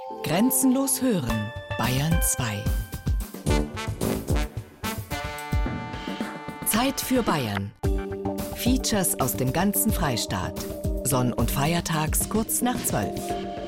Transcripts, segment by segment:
Grenzenlos hören, Bayern 2. Zeit für Bayern. Features aus dem ganzen Freistaat. Sonn- und feiertags kurz nach 12.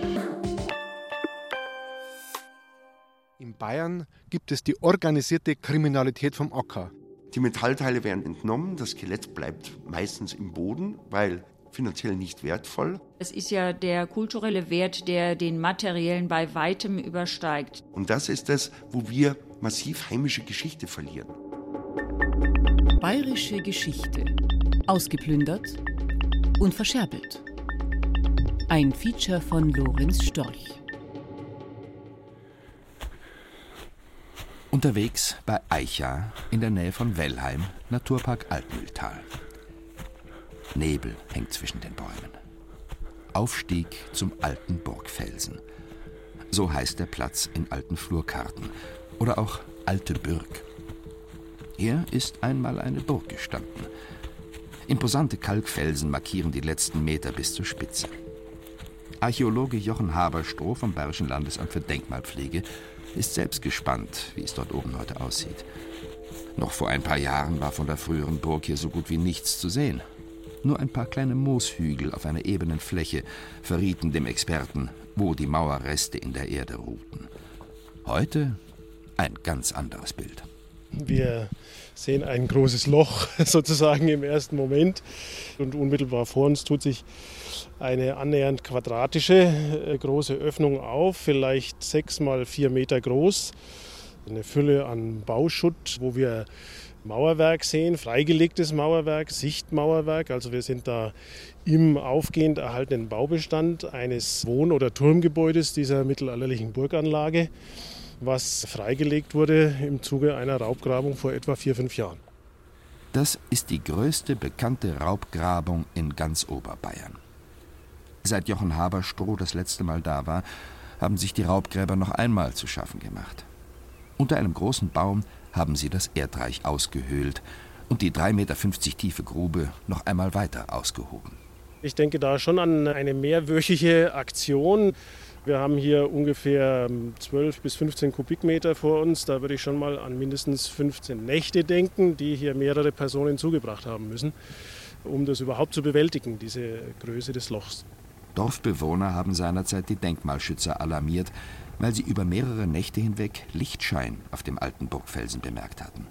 In Bayern gibt es die organisierte Kriminalität vom Acker. Die Metallteile werden entnommen, das Skelett bleibt meistens im Boden, weil finanziell nicht wertvoll. Es ist ja der kulturelle Wert, der den materiellen bei weitem übersteigt. Und das ist es, wo wir massiv heimische Geschichte verlieren. Bayerische Geschichte. Ausgeplündert und verscherbelt. Ein Feature von Lorenz Storch. Unterwegs bei Aicha in der Nähe von Wellheim, Naturpark Altmühltal. Nebel hängt zwischen den Bäumen. Aufstieg zum alten Burgfelsen. So heißt der Platz in alten Flurkarten. Oder auch Alte Bürg. Hier ist einmal eine Burg gestanden. Imposante Kalkfelsen markieren die letzten Meter bis zur Spitze. Archäologe Jochen Haberstroh vom Bayerischen Landesamt für Denkmalpflege ist selbst gespannt, wie es dort oben heute aussieht. Noch vor ein paar Jahren war von der früheren Burg hier so gut wie nichts zu sehen. Nur ein paar kleine Mooshügel auf einer ebenen Fläche verrieten dem Experten, wo die Mauerreste in der Erde ruhten. Heute ein ganz anderes Bild. Wir sehen ein großes Loch sozusagen im ersten Moment und unmittelbar vor uns tut sich eine annähernd quadratische große Öffnung auf, vielleicht 6 mal 4 Meter groß. Eine Fülle an Bauschutt, wo wir Mauerwerk sehen, freigelegtes Mauerwerk, Sichtmauerwerk. Also wir sind da im aufgehend erhaltenen Baubestand eines Wohn- oder Turmgebäudes dieser mittelalterlichen Burganlage, was freigelegt wurde im Zuge einer Raubgrabung vor etwa 4-5 Jahren. Das ist die größte bekannte Raubgrabung in ganz Oberbayern. Seit Jochen Haberstroh das letzte Mal da war, haben sich die Raubgräber noch einmal zu schaffen gemacht. Unter einem großen Baum haben sie das Erdreich ausgehöhlt und die 3,50 Meter tiefe Grube noch einmal weiter ausgehoben. Ich denke da schon an eine mehrwöchige Aktion. Wir haben hier ungefähr 12 bis 15 Kubikmeter vor uns. Da würde ich schon mal an mindestens 15 Nächte denken, die hier mehrere Personen zugebracht haben müssen, um das überhaupt zu bewältigen, diese Größe des Lochs. Dorfbewohner haben seinerzeit die Denkmalschützer alarmiert, weil sie über mehrere Nächte hinweg Lichtschein auf dem alten Burgfelsen bemerkt hatten.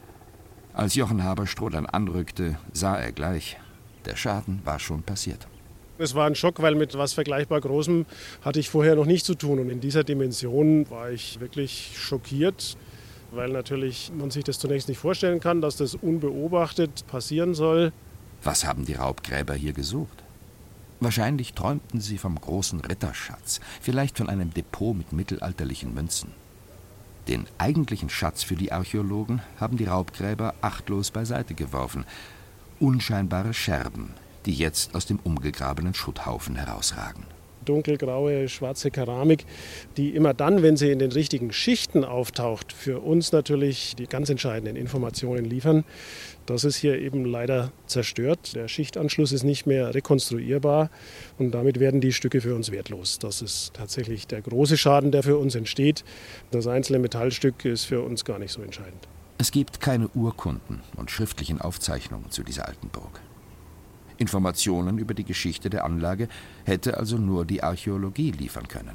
Als Jochen Haberstroh dann anrückte, sah er gleich, der Schaden war schon passiert. Es war ein Schock, weil mit was vergleichbar Großem hatte ich vorher noch nicht zu tun. Und in dieser Dimension war ich wirklich schockiert, weil natürlich man sich das zunächst nicht vorstellen kann, dass das unbeobachtet passieren soll. Was haben die Raubgräber hier gesucht? Wahrscheinlich träumten sie vom großen Ritterschatz, vielleicht von einem Depot mit mittelalterlichen Münzen. Den eigentlichen Schatz für die Archäologen haben die Raubgräber achtlos beiseite geworfen. Unscheinbare Scherben, die jetzt aus dem umgegrabenen Schutthaufen herausragen. Dunkelgraue, schwarze Keramik, die immer dann, wenn sie in den richtigen Schichten auftaucht, für uns natürlich die ganz entscheidenden Informationen liefern. Das ist hier eben leider zerstört. Der Schichtanschluss ist nicht mehr rekonstruierbar und damit werden die Stücke für uns wertlos. Das ist tatsächlich der große Schaden, der für uns entsteht. Das einzelne Metallstück ist für uns gar nicht so entscheidend. Es gibt keine Urkunden und schriftlichen Aufzeichnungen zu dieser alten Burg. Informationen über die Geschichte der Anlage hätte also nur die Archäologie liefern können.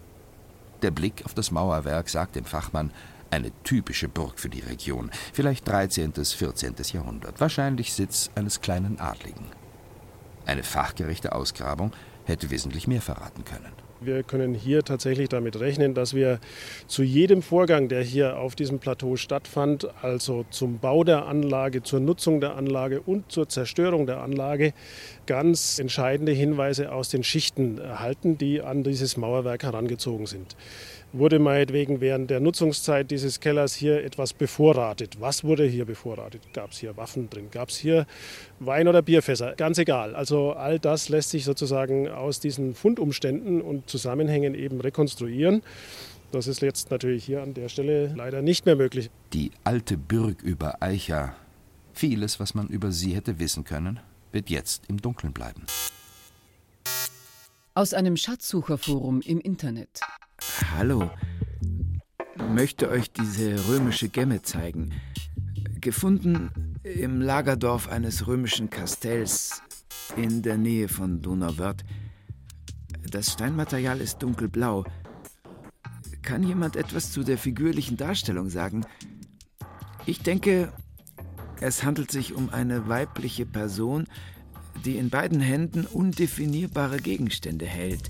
Der Blick auf das Mauerwerk sagt dem Fachmann, eine typische Burg für die Region, vielleicht 13., 14. Jahrhundert, wahrscheinlich Sitz eines kleinen Adligen. Eine fachgerechte Ausgrabung hätte wesentlich mehr verraten können. Wir können hier tatsächlich damit rechnen, dass wir zu jedem Vorgang, der hier auf diesem Plateau stattfand, also zum Bau der Anlage, zur Nutzung der Anlage und zur Zerstörung der Anlage, ganz entscheidende Hinweise aus den Schichten erhalten, die an dieses Mauerwerk herangezogen sind. Wurde meinetwegen während der Nutzungszeit dieses Kellers hier etwas bevorratet? Was wurde hier bevorratet? Gab es hier Waffen drin? Gab es hier Wein- oder Bierfässer? Ganz egal. Also all das lässt sich sozusagen aus diesen Fundumständen und Zusammenhängen eben rekonstruieren. Das ist jetzt natürlich hier an der Stelle leider nicht mehr möglich. Die alte Bürg über Aicha, vieles, was man über sie hätte wissen können, wird jetzt im Dunkeln bleiben. Aus einem Schatzsucherforum im Internet. Hallo. Möchte euch diese römische Gemme zeigen. Gefunden im Lagerdorf eines römischen Kastells in der Nähe von Donauwörth. Das Steinmaterial ist dunkelblau. Kann jemand etwas zu der figürlichen Darstellung sagen? Ich denke, es handelt sich um eine weibliche Person, die in beiden Händen undefinierbare Gegenstände hält.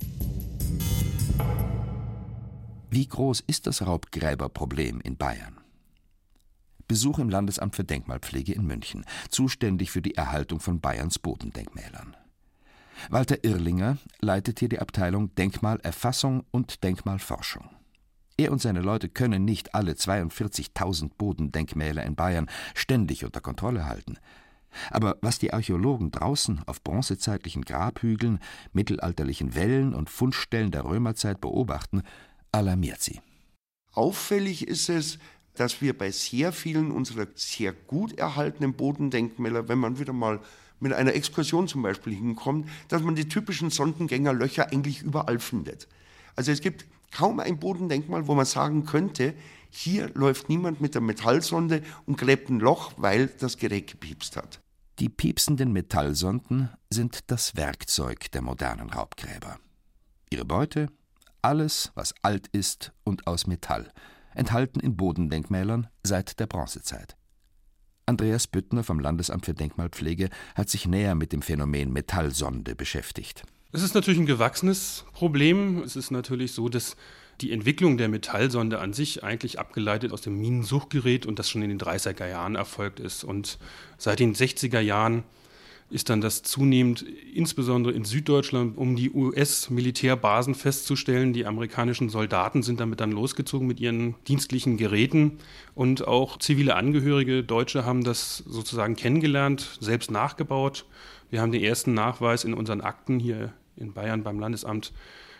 Wie groß ist das Raubgräberproblem in Bayern? Besuch im Landesamt für Denkmalpflege in München, zuständig für die Erhaltung von Bayerns Bodendenkmälern. Walter Irrlinger leitet hier die Abteilung Denkmalerfassung und Denkmalforschung. Er und seine Leute können nicht alle 42.000 Bodendenkmäler in Bayern ständig unter Kontrolle halten. Aber was die Archäologen draußen auf bronzezeitlichen Grabhügeln, mittelalterlichen Wällen und Fundstellen der Römerzeit beobachten, alarmiert sie. Auffällig ist es, dass wir bei sehr vielen unserer sehr gut erhaltenen Bodendenkmäler, wenn man wieder mal mit einer Exkursion zum Beispiel hinkommt, dass man die typischen Sondengängerlöcher eigentlich überall findet. Also es gibt kaum ein Bodendenkmal, wo man sagen könnte, hier läuft niemand mit der Metallsonde und gräbt ein Loch, weil das Gerät gepiepst hat. Die piepsenden Metallsonden sind das Werkzeug der modernen Raubgräber. Ihre Beute? Alles, was alt ist und aus Metall, enthalten in Bodendenkmälern seit der Bronzezeit. Andreas Büttner vom Landesamt für Denkmalpflege hat sich näher mit dem Phänomen Metallsonde beschäftigt. Es ist natürlich ein gewachsenes Problem. Es ist natürlich so, dass die Entwicklung der Metallsonde an sich eigentlich abgeleitet aus dem Minensuchgerät und das schon in den 30er Jahren erfolgt ist. Und seit den 60er Jahren ist dann das zunehmend, insbesondere in Süddeutschland, um die US-Militärbasen festzustellen. Die amerikanischen Soldaten sind damit dann losgezogen mit ihren dienstlichen Geräten und auch zivile Angehörige, Deutsche, haben das sozusagen kennengelernt, selbst nachgebaut. Wir haben den ersten Nachweis in unseren Akten hier in Bayern beim Landesamt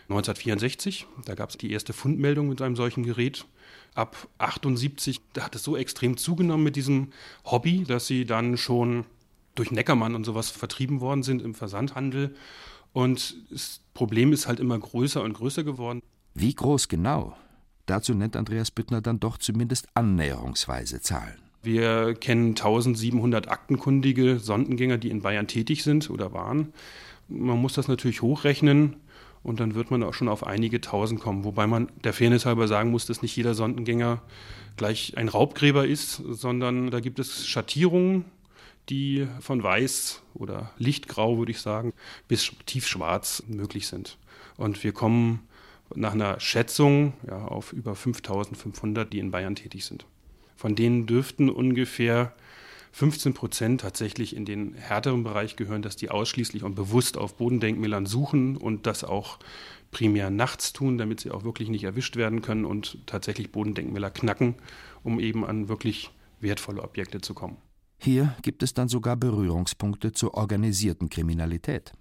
1964. Da gab es die erste Fundmeldung mit einem solchen Gerät. Ab 1978 hat es so extrem zugenommen mit diesem Hobby, dass sie dann schon durch Neckermann und sowas vertrieben worden sind im Versandhandel. Und das Problem ist halt immer größer und größer geworden. Wie groß genau? Dazu nennt Andreas Büttner dann doch zumindest annäherungsweise Zahlen. Wir kennen 1700 aktenkundige Sondengänger, die in Bayern tätig sind oder waren. Man muss das natürlich hochrechnen und dann wird man auch schon auf einige Tausend kommen. Wobei man der Fairness halber sagen muss, dass nicht jeder Sondengänger gleich ein Raubgräber ist, sondern da gibt es Schattierungen, die von weiß oder lichtgrau, würde ich sagen, bis tiefschwarz möglich sind. Und wir kommen nach einer Schätzung auf über 5.500, die in Bayern tätig sind. Von denen dürften ungefähr 15% tatsächlich in den härteren Bereich gehören, dass die ausschließlich und bewusst auf Bodendenkmälern suchen und das auch primär nachts tun, damit sie auch wirklich nicht erwischt werden können und tatsächlich Bodendenkmäler knacken, um eben an wirklich wertvolle Objekte zu kommen. Hier gibt es dann sogar Berührungspunkte zur organisierten Kriminalität.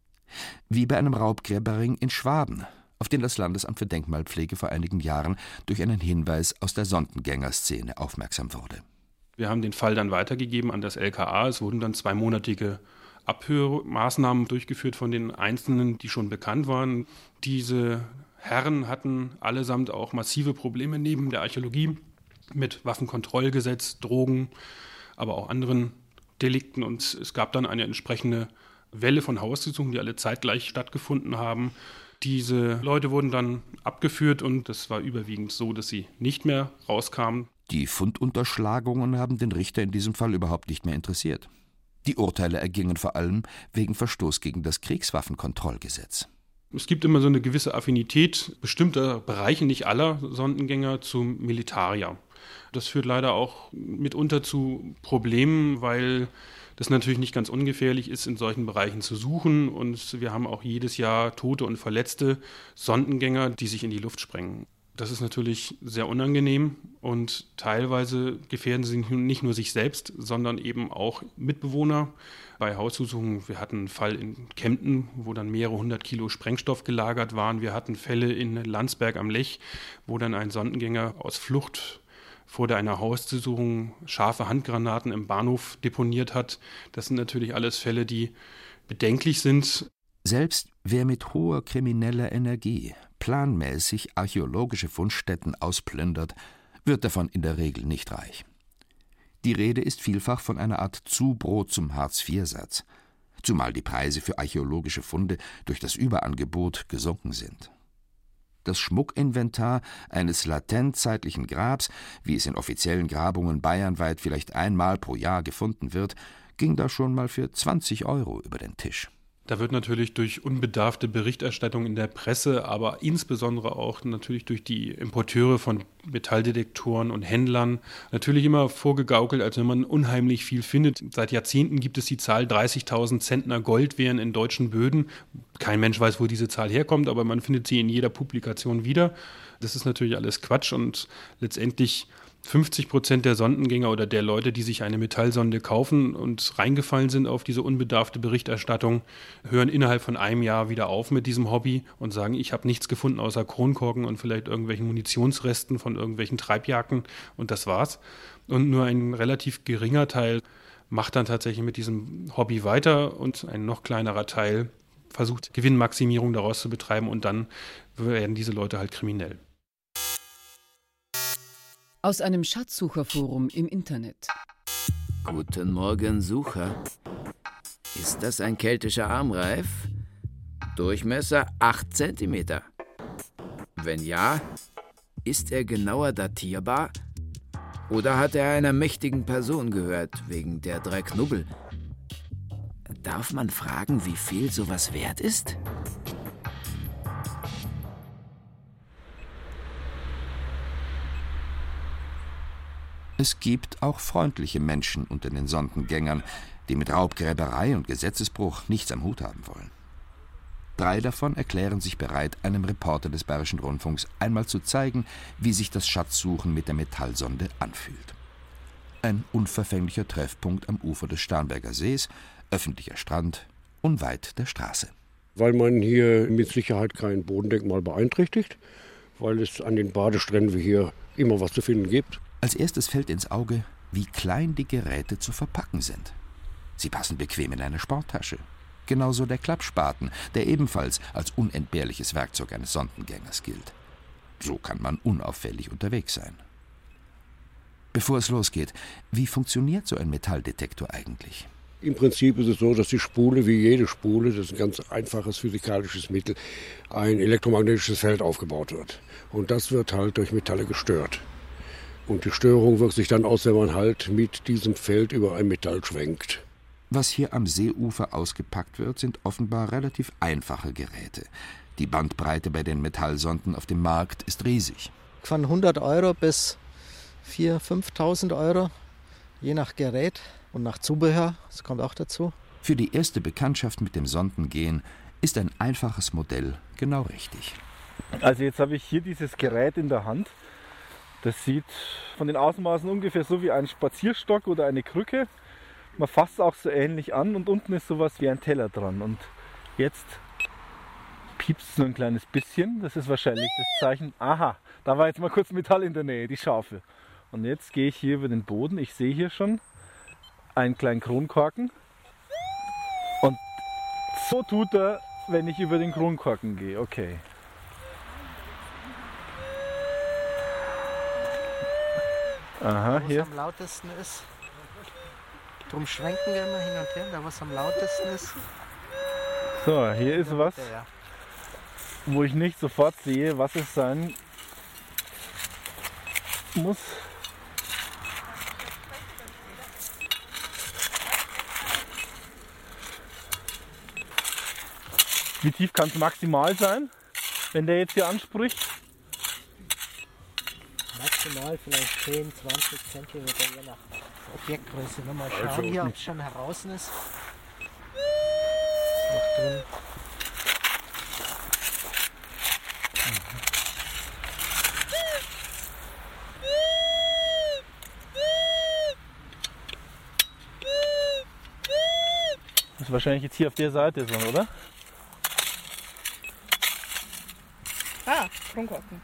Wie bei einem Raubgräberring in Schwaben, auf den das Landesamt für Denkmalpflege vor einigen Jahren durch einen Hinweis aus der Sondengängerszene aufmerksam wurde. Wir haben den Fall dann weitergegeben an das LKA. Es wurden dann 2-monatige Abhörmaßnahmen durchgeführt von den Einzelnen, die schon bekannt waren. Diese Herren hatten allesamt auch massive Probleme neben der Archäologie mit Waffenkontrollgesetz, Drogen, aber auch anderen Delikten. Und es gab dann eine entsprechende Welle von Hausdurchsuchungen, die alle zeitgleich stattgefunden haben. Diese Leute wurden dann abgeführt und es war überwiegend so, dass sie nicht mehr rauskamen. Die Fundunterschlagungen haben den Richter in diesem Fall überhaupt nicht mehr interessiert. Die Urteile ergingen vor allem wegen Verstoß gegen das Kriegswaffenkontrollgesetz. Es gibt immer so eine gewisse Affinität bestimmter Bereiche, nicht aller Sondengänger, zum Militarier. Das führt leider auch mitunter zu Problemen, weil das natürlich nicht ganz ungefährlich ist, in solchen Bereichen zu suchen. Und wir haben auch jedes Jahr tote und verletzte Sondengänger, die sich in die Luft sprengen. Das ist natürlich sehr unangenehm und teilweise gefährden sie nicht nur sich selbst, sondern eben auch Mitbewohner. Bei Hausdurchsuchungen, wir hatten einen Fall in Kempten, wo dann mehrere 100 Kilo Sprengstoff gelagert waren. Wir hatten Fälle in Landsberg am Lech, wo dann ein Sondengänger aus Flucht vor einer Hausdurchsuchung scharfe Handgranaten im Bahnhof deponiert hat. Das sind natürlich alles Fälle, die bedenklich sind. Selbst wer mit hoher krimineller Energie planmäßig archäologische Fundstätten ausplündert, wird davon in der Regel nicht reich. Die Rede ist vielfach von einer Art Zubrot zum Hartz-IV-Satz, zumal die Preise für archäologische Funde durch das Überangebot gesunken sind. Das Schmuckinventar eines latentzeitlichen Grabs, wie es in offiziellen Grabungen bayernweit vielleicht einmal pro Jahr gefunden wird, ging da schon mal für 20 € über den Tisch. Da wird natürlich durch unbedarfte Berichterstattung in der Presse, aber insbesondere auch natürlich durch die Importeure von Metalldetektoren und Händlern natürlich immer vorgegaukelt, als wenn man unheimlich viel findet. Seit Jahrzehnten gibt es die Zahl 30.000 Zentner Goldwehren in deutschen Böden. Kein Mensch weiß, wo diese Zahl herkommt, aber man findet sie in jeder Publikation wieder. Das ist natürlich alles Quatsch und letztendlich 50% der Sondengänger oder der Leute, die sich eine Metallsonde kaufen und reingefallen sind auf diese unbedarfte Berichterstattung, hören innerhalb von einem Jahr wieder auf mit diesem Hobby und sagen, ich habe nichts gefunden außer Kronkorken und vielleicht irgendwelchen Munitionsresten von irgendwelchen Treibjacken und das war's. Und nur ein relativ geringer Teil macht dann tatsächlich mit diesem Hobby weiter und ein noch kleinerer Teil versucht, Gewinnmaximierung daraus zu betreiben und dann werden diese Leute halt kriminell. Aus einem Schatzsucherforum im Internet. Guten Morgen, Sucher. Ist das ein keltischer Armreif? Durchmesser 8 cm. Wenn ja, ist er genauer datierbar? Oder hat er einer mächtigen Person gehört, wegen der 3 Knubbel? Darf man fragen, wie viel sowas wert ist? Es gibt auch freundliche Menschen unter den Sondengängern, die mit Raubgräberei und Gesetzesbruch nichts am Hut haben wollen. 3 davon erklären sich bereit, einem Reporter des Bayerischen Rundfunks einmal zu zeigen, wie sich das Schatzsuchen mit der Metallsonde anfühlt. Ein unverfänglicher Treffpunkt am Ufer des Starnberger Sees, öffentlicher Strand, unweit der Straße. Weil man hier mit Sicherheit kein Bodendenkmal beeinträchtigt, weil es an den Badestränden wie hier immer was zu finden gibt. Als erstes fällt ins Auge, wie klein die Geräte zu verpacken sind. Sie passen bequem in eine Sporttasche. Genauso der Klappspaten, der ebenfalls als unentbehrliches Werkzeug eines Sondengängers gilt. So kann man unauffällig unterwegs sein. Bevor es losgeht, wie funktioniert so ein Metalldetektor eigentlich? Im Prinzip ist es so, dass die Spule, wie jede Spule, das ist ein ganz einfaches physikalisches Mittel, ein elektromagnetisches Feld aufgebaut wird. Und das wird halt durch Metalle gestört. Und die Störung wirkt sich dann aus, wenn man halt mit diesem Feld über ein Metall schwenkt. Was hier am Seeufer ausgepackt wird, sind offenbar relativ einfache Geräte. Die Bandbreite bei den Metallsonden auf dem Markt ist riesig. Von 100 € bis 4.000, 5.000 €, je nach Gerät und nach Zubehör, das kommt auch dazu. Für die erste Bekanntschaft mit dem Sondengehen ist ein einfaches Modell genau richtig. Also jetzt habe ich hier dieses Gerät in der Hand. Das sieht von den Ausmaßen ungefähr so wie ein Spazierstock oder eine Krücke. Man fasst es auch so ähnlich an und unten ist sowas wie ein Teller dran. Und jetzt piepst es nur ein kleines bisschen. Das ist wahrscheinlich das Zeichen. Aha, da war jetzt mal kurz Metall in der Nähe, die Schaufel. Und jetzt gehe ich hier über den Boden. Ich sehe hier schon einen kleinen Kronkorken. Und so tut er, wenn ich über den Kronkorken gehe. Okay. Aha, wo es am lautesten ist. Drum schwenken wir immer hin und her, da wo es am lautesten ist. So, hier ist was, wo ich nicht sofort sehe, was es sein muss. Wie tief kann es maximal sein, wenn der jetzt hier anspricht? Maximal vielleicht 10, 20 cm je nach Objektgröße. Wenn wir schauen hier, ob es schon heraus ist. Ist noch drin. Das ist wahrscheinlich jetzt hier auf der Seite so, oder? Ah, Kronkorken.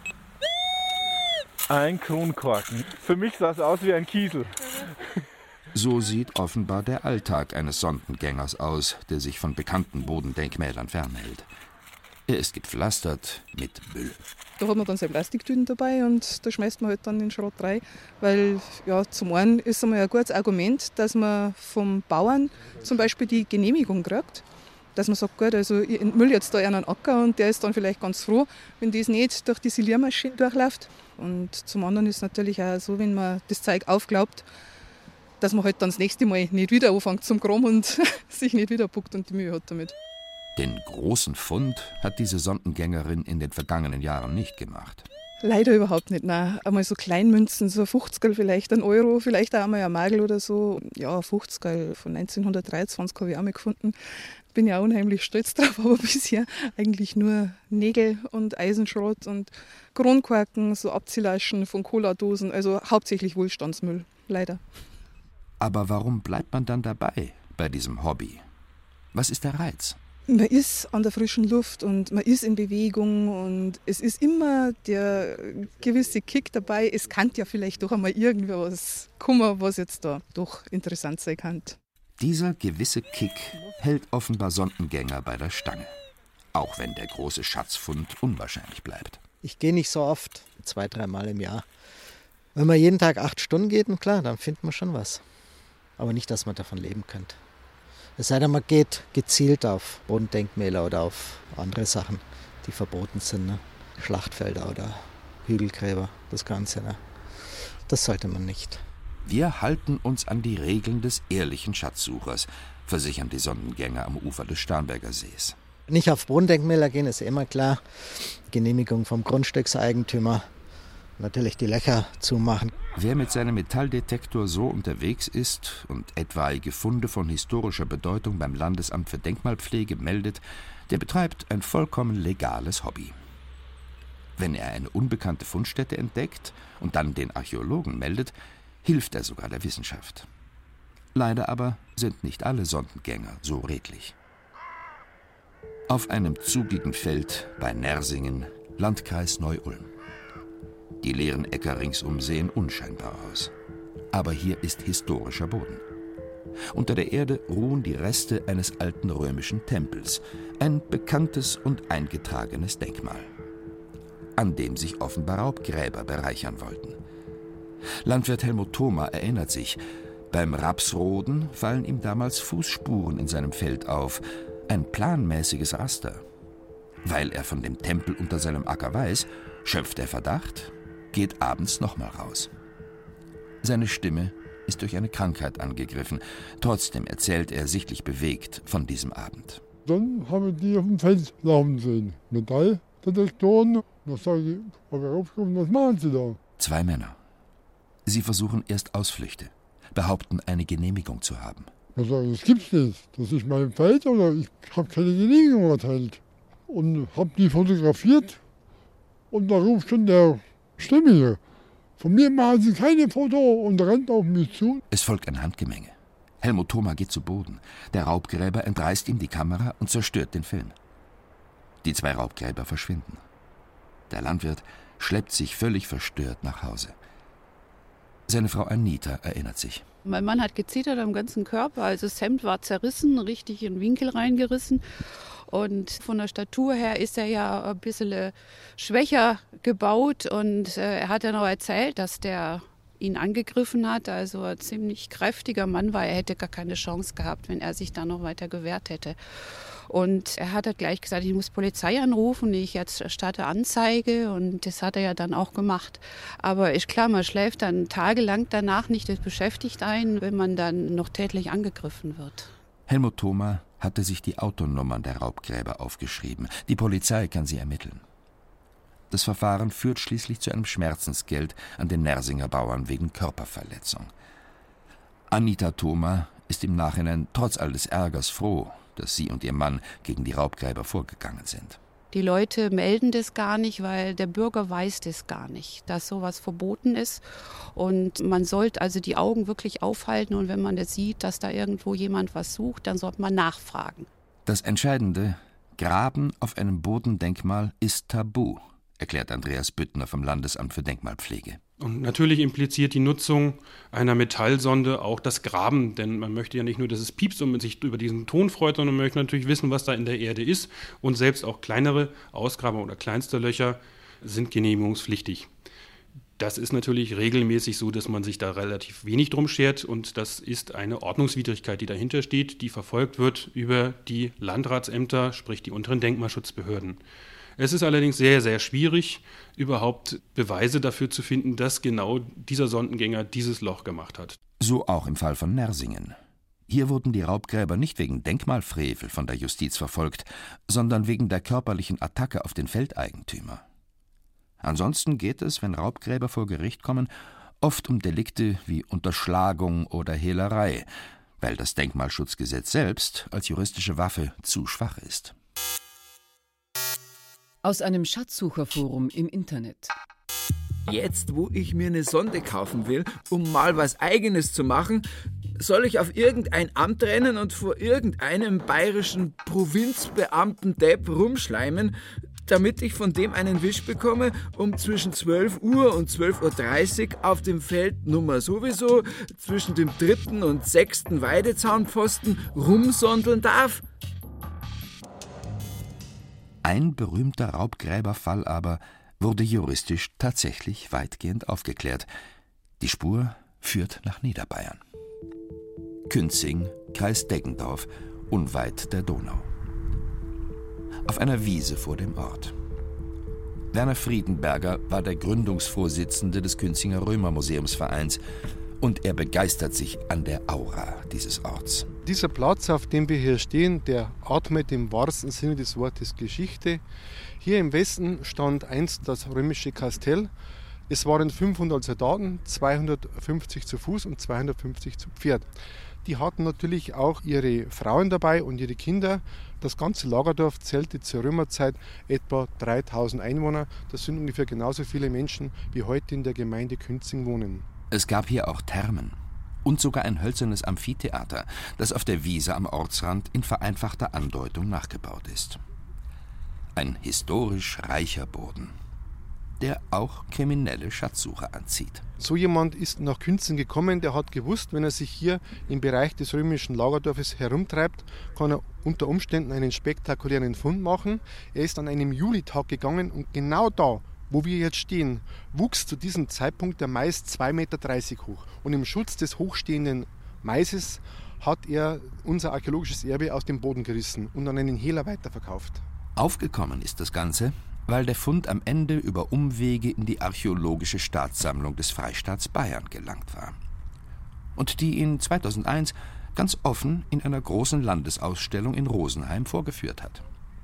Ein Kronkorken. Für mich sah es aus wie ein Kiesel. So sieht offenbar der Alltag eines Sondengängers aus, der sich von bekannten Bodendenkmälern fernhält. Er ist gepflastert mit Müll. Da hat man dann seine Plastiktüten dabei und da schmeißt man halt dann den Schrott rein. Weil ja, zum einen ist es einmal ein gutes Argument, dass man vom Bauern zum Beispiel die Genehmigung kriegt. Dass man sagt, gut, also ich entmüll jetzt da einen Acker und der ist dann vielleicht ganz froh, wenn das nicht durch die Siliermaschine durchläuft. Und zum anderen ist es natürlich auch so, wenn man das Zeug aufglaubt, dass man halt dann das nächste Mal nicht wieder anfängt zum Graben und sich nicht wieder puckt und die Mühe hat damit. Den großen Fund hat diese Sondengängerin in den vergangenen Jahren nicht gemacht. Leider überhaupt nicht, nein. Einmal so Kleinmünzen, so ein 50er, vielleicht ein Euro, vielleicht auch einmal ein Magel oder so. Ja, ein 50er von 1923 habe ich auch mal gefunden. Bin ja unheimlich stolz drauf, aber bisher eigentlich nur Nägel und Eisenschrott und Kronkorken, so Abziehlaschen von Cola-Dosen, also hauptsächlich Wohlstandsmüll, leider. Aber warum bleibt man dann dabei bei diesem Hobby? Was ist der Reiz? Man ist an der frischen Luft und man ist in Bewegung und es ist immer der gewisse Kick dabei. Es kann ja vielleicht doch einmal irgendwas kommen, was jetzt da doch interessant sein kann. Dieser gewisse Kick hält offenbar Sondengänger bei der Stange. Auch wenn der große Schatzfund unwahrscheinlich bleibt. Ich gehe nicht so oft, 2-3 Mal im Jahr. Wenn man jeden Tag 8 Stunden geht, klar, dann findet man schon was. Aber nicht, dass man davon leben könnte. Es sei denn, man geht gezielt auf Bodendenkmäler oder auf andere Sachen, die verboten sind. Ne? Schlachtfelder oder Hügelgräber, das Ganze. Ne? Das sollte man nicht. Wir halten uns an die Regeln des ehrlichen Schatzsuchers, versichern die Sondengänger am Ufer des Starnberger Sees. Nicht auf Bodendenkmäler gehen, ist immer klar. Genehmigung vom Grundstückseigentümer. Natürlich die Löcher zumachen. Wer mit seinem Metalldetektor so unterwegs ist und etwaige Funde von historischer Bedeutung beim Landesamt für Denkmalpflege meldet, der betreibt ein vollkommen legales Hobby. Wenn er eine unbekannte Fundstätte entdeckt und dann den Archäologen meldet, hilft er sogar der Wissenschaft. Leider aber sind nicht alle Sondengänger so redlich. Auf einem zugigen Feld bei Nersingen, Landkreis Neu-Ulm. Die leeren Äcker ringsum sehen unscheinbar aus. Aber hier ist historischer Boden. Unter der Erde ruhen die Reste eines alten römischen Tempels, ein bekanntes und eingetragenes Denkmal, an dem sich offenbar Raubgräber bereichern wollten. Landwirt Helmut Thoma erinnert sich, beim Rapsroden fallen ihm damals Fußspuren in seinem Feld auf, ein planmäßiges Raster. Weil er von dem Tempel unter seinem Acker weiß, schöpft er Verdacht, geht abends nochmal raus. Seine Stimme ist durch eine Krankheit angegriffen. Trotzdem erzählt er sichtlich bewegt von diesem Abend. Dann haben wir die auf dem Feld laufen sehen. Metalldetektoren. Da sage ich, was machen Sie da? 2 Männer. Sie versuchen erst Ausflüchte, behaupten, eine Genehmigung zu haben. Ich sage, das gibt's nicht. Das ist mein Feld oder ich habe keine Genehmigung erteilt. Und habe die fotografiert und da ruft schon der Stimmige. Von mir machen Sie keine Foto und rennt auf mich zu. Es folgt ein Handgemenge. Helmut Thoma geht zu Boden. Der Raubgräber entreißt ihm die Kamera und zerstört den Film. Die 2 Raubgräber verschwinden. Der Landwirt schleppt sich völlig verstört nach Hause. Seine Frau Anita erinnert sich. Mein Mann hat gezittert am ganzen Körper, also das Hemd war zerrissen, richtig in den Winkel reingerissen. Und von der Statur her ist er ja ein bisschen schwächer gebaut. Und er hat ja noch erzählt, dass der ihn angegriffen hat, also ein ziemlich kräftiger Mann war. Er hätte gar keine Chance gehabt, wenn er sich da noch weiter gewehrt hätte. Und er hat gleich gesagt, ich muss Polizei anrufen, ich jetzt starte Anzeige und das hat er ja dann auch gemacht. Aber ist klar, man schläft dann tagelang danach nicht, das beschäftigt einen, wenn man dann noch tätlich angegriffen wird. Helmut Thoma hatte sich die Autonummern der Raubgräber aufgeschrieben. Die Polizei kann sie ermitteln. Das Verfahren führt schließlich zu einem Schmerzensgeld an den Nersinger Bauern wegen Körperverletzung. Anita Thoma ist im Nachhinein trotz all des Ärgers froh, dass sie und ihr Mann gegen die Raubgräber vorgegangen sind. Die Leute melden das gar nicht, weil der Bürger weiß das gar nicht, dass sowas verboten ist. Und man sollte also die Augen wirklich aufhalten und wenn man das sieht, dass da irgendwo jemand was sucht, dann sollte man nachfragen. Das Entscheidende: Graben auf einem Bodendenkmal ist tabu. erklärt Andreas Büttner vom Landesamt für Denkmalpflege. Und natürlich impliziert die Nutzung einer Metallsonde auch das Graben, denn man möchte ja nicht nur, dass es piepst und man sich über diesen Ton freut, sondern man möchte natürlich wissen, was da in der Erde ist. Und selbst auch kleinere Ausgrabungen oder kleinste Löcher sind genehmigungspflichtig. Das ist natürlich regelmäßig so, dass man sich da relativ wenig drum schert und das ist eine Ordnungswidrigkeit, die dahinter steht, die verfolgt wird über die Landratsämter, sprich die unteren Denkmalschutzbehörden. Es ist allerdings sehr, sehr schwierig, überhaupt Beweise dafür zu finden, dass genau dieser Sondengänger dieses Loch gemacht hat. So auch im Fall von Nersingen. Hier wurden die Raubgräber nicht wegen Denkmalfrevel von der Justiz verfolgt, sondern wegen der körperlichen Attacke auf den Feldeigentümer. Ansonsten geht es, wenn Raubgräber vor Gericht kommen, oft um Delikte wie Unterschlagung oder Hehlerei, weil das Denkmalschutzgesetz selbst als juristische Waffe zu schwach ist. Aus einem Schatzsucherforum im Internet. Jetzt, wo ich mir eine Sonde kaufen will, um mal was Eigenes zu machen, soll ich auf irgendein Amt rennen und vor irgendeinem bayerischen Provinzbeamten-Depp rumschleimen, damit ich von dem einen Wisch bekomme, um zwischen 12 Uhr und 12.30 Uhr auf dem Feld Nummer sowieso zwischen dem 3. und 6. Weidezaunpfosten rumsondeln darf? Ein berühmter Raubgräberfall aber wurde juristisch tatsächlich weitgehend aufgeklärt. Die Spur führt nach Niederbayern. Künzing, Kreis Deggendorf, unweit der Donau. Auf einer Wiese vor dem Ort. Werner Friedenberger war der Gründungsvorsitzende des Künzinger Römermuseumsvereins und er begeistert sich an der Aura dieses Orts. Dieser Platz, auf dem wir hier stehen, der atmet im wahrsten Sinne des Wortes Geschichte. Hier im Westen stand einst das römische Kastell. Es waren 500 Soldaten, 250 zu Fuß und 250 zu Pferd. Die hatten natürlich auch ihre Frauen dabei und ihre Kinder. Das ganze Lagerdorf zählte zur Römerzeit etwa 3000 Einwohner. Das sind ungefähr genauso viele Menschen, wie heute in der Gemeinde Künzing wohnen. Es gab hier auch Thermen und sogar ein hölzernes Amphitheater, das auf der Wiese am Ortsrand in vereinfachter Andeutung nachgebaut ist. Ein historisch reicher Boden, der auch kriminelle Schatzsucher anzieht. So jemand ist nach Künzing gekommen, der hat gewusst, wenn er sich hier im Bereich des römischen Lagerdorfes herumtreibt, kann er unter Umständen einen spektakulären Fund machen. Er ist an einem Julitag gegangen und genau da, wo wir jetzt stehen, wuchs zu diesem Zeitpunkt der Mais 2,30 Meter hoch. Und im Schutz des hochstehenden Maises hat er unser archäologisches Erbe aus dem Boden gerissen und an einen Hehler weiterverkauft. Aufgekommen ist das Ganze, weil der Fund am Ende über Umwege in die Archäologische Staatssammlung des Freistaats Bayern gelangt war. Und die ihn 2001 ganz offen in einer großen Landesausstellung in Rosenheim vorgeführt hat.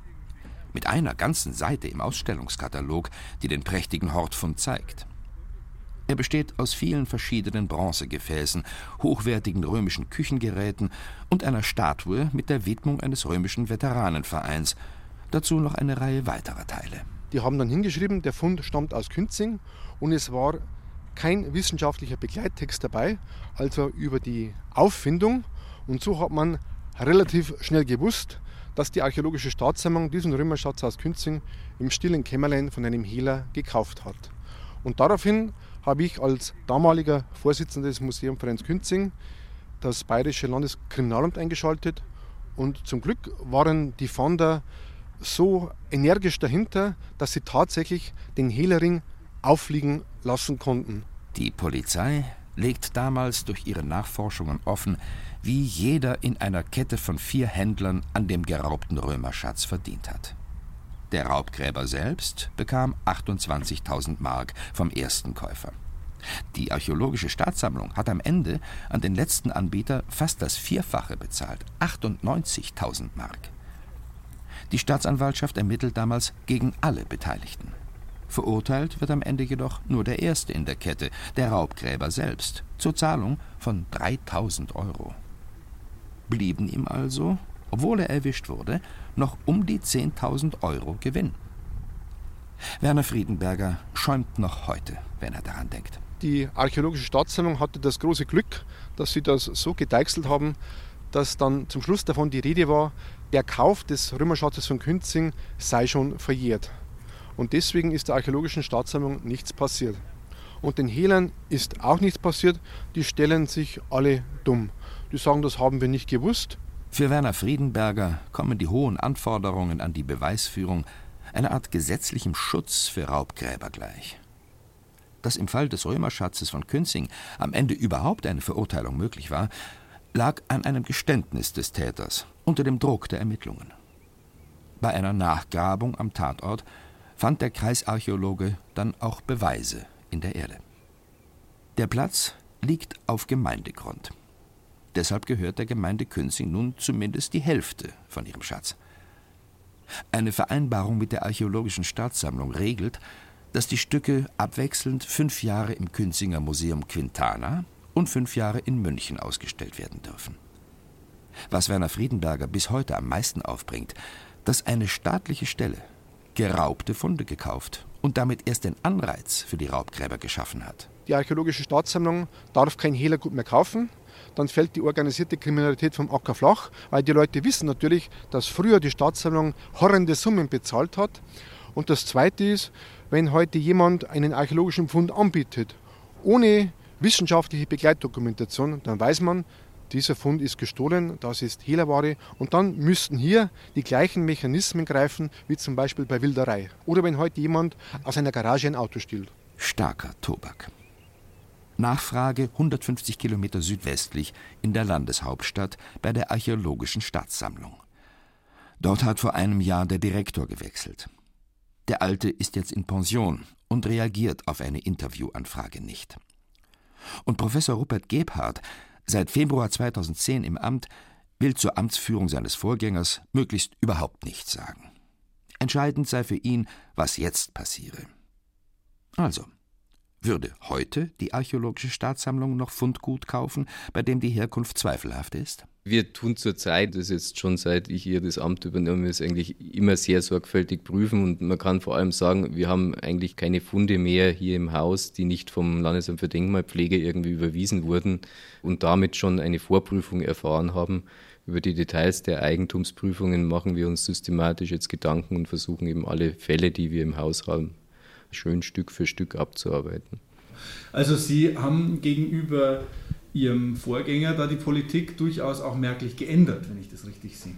Mit einer ganzen Seite im Ausstellungskatalog, die den prächtigen Hortfund zeigt. Er besteht aus vielen verschiedenen Bronzegefäßen, hochwertigen römischen Küchengeräten und einer Statue mit der Widmung eines römischen Veteranenvereins. Dazu noch eine Reihe weiterer Teile. Die haben dann hingeschrieben, der Fund stammt aus Künzing und es war kein wissenschaftlicher Begleittext dabei, also über die Auffindung. Und so hat man relativ schnell gewusst, dass die Archäologische Staatssammlung diesen Römerschatz aus Künzing im stillen Kämmerlein von einem Hehler gekauft hat. Und daraufhin habe ich als damaliger Vorsitzender des Museumvereins Künzing das Bayerische Landeskriminalamt eingeschaltet und zum Glück waren die Fahnder so energisch dahinter, dass sie tatsächlich den Hehlerring auffliegen lassen konnten. Die Polizei legt damals durch ihre Nachforschungen offen, wie jeder in einer Kette von 4 Händlern an dem geraubten Römerschatz verdient hat. Der Raubgräber selbst bekam 28.000 Mark vom ersten Käufer. Die Archäologische Staatssammlung hat am Ende an den letzten Anbieter fast das Vierfache bezahlt, 98.000 Mark. Die Staatsanwaltschaft ermittelt damals gegen alle Beteiligten. Verurteilt wird am Ende jedoch nur der Erste in der Kette, der Raubgräber selbst, zur Zahlung von 3.000 €. Blieben ihm also, obwohl er erwischt wurde, noch um die 10.000 € Gewinn. Werner Friedenberger schäumt noch heute, wenn er daran denkt. Die Archäologische Staatssammlung hatte das große Glück, dass sie das so gedeichselt haben, dass dann zum Schluss davon die Rede war, der Kauf des Römerschatzes von Künzing sei schon verjährt. Und deswegen ist der Archäologischen Staatssammlung nichts passiert. Und den Hehlern ist auch nichts passiert, die stellen sich alle dumm. Die sagen, das haben wir nicht gewusst. Für Werner Friedenberger kommen die hohen Anforderungen an die Beweisführung einer Art gesetzlichem Schutz für Raubgräber gleich. Dass im Fall des Römerschatzes von Künzing am Ende überhaupt eine Verurteilung möglich war, lag an einem Geständnis des Täters unter dem Druck der Ermittlungen. Bei einer Nachgrabung am Tatort fand der Kreisarchäologe dann auch Beweise in der Erde. Der Platz liegt auf Gemeindegrund. Deshalb gehört der Gemeinde Künzing nun zumindest die Hälfte von ihrem Schatz. Eine Vereinbarung mit der Archäologischen Staatssammlung regelt, dass die Stücke abwechselnd 5 Jahre im Künzinger Museum Quintana und 5 Jahre in München ausgestellt werden dürfen. Was Werner Friedenberger bis heute am meisten aufbringt, dass eine staatliche Stelle geraubte Funde gekauft und damit erst den Anreiz für die Raubgräber geschaffen hat. Die Archäologische Staatssammlung darf kein Hehlergut mehr kaufen. Dann fällt die organisierte Kriminalität vom Acker flach, weil die Leute wissen natürlich, dass früher die Staatssammlung horrende Summen bezahlt hat. Und das Zweite ist, wenn heute jemand einen archäologischen Fund anbietet, ohne wissenschaftliche Begleitdokumentation, dann weiß man, dieser Fund ist gestohlen, das ist Hehlerware. Und dann müssten hier die gleichen Mechanismen greifen, wie zum Beispiel bei Wilderei. Oder wenn heute jemand aus einer Garage ein Auto stiehlt. Starker Tobak. Nachfrage 150 Kilometer südwestlich in der Landeshauptstadt bei der Archäologischen Staatssammlung. Dort hat vor einem Jahr der Direktor gewechselt. Der Alte ist jetzt in Pension und reagiert auf eine Interviewanfrage nicht. Und Professor Rupert Gebhardt, seit Februar 2010 im Amt, will zur Amtsführung seines Vorgängers möglichst überhaupt nichts sagen. Entscheidend sei für ihn, was jetzt passiere. Also, würde heute die Archäologische Staatssammlung noch Fundgut kaufen, bei dem die Herkunft zweifelhaft ist? Wir tun zurzeit, das ist jetzt schon seit ich hier das Amt übernommen habe, eigentlich immer sehr sorgfältig prüfen und man kann vor allem sagen, wir haben eigentlich keine Funde mehr hier im Haus, die nicht vom Landesamt für Denkmalpflege irgendwie überwiesen wurden und damit schon eine Vorprüfung erfahren haben. Über die Details der Eigentumsprüfungen machen wir uns systematisch jetzt Gedanken und versuchen eben alle Fälle, die wir im Haus haben, schön Stück für Stück abzuarbeiten. Also Sie haben gegenüber Ihrem Vorgänger da die Politik durchaus auch merklich geändert, wenn ich das richtig sehe.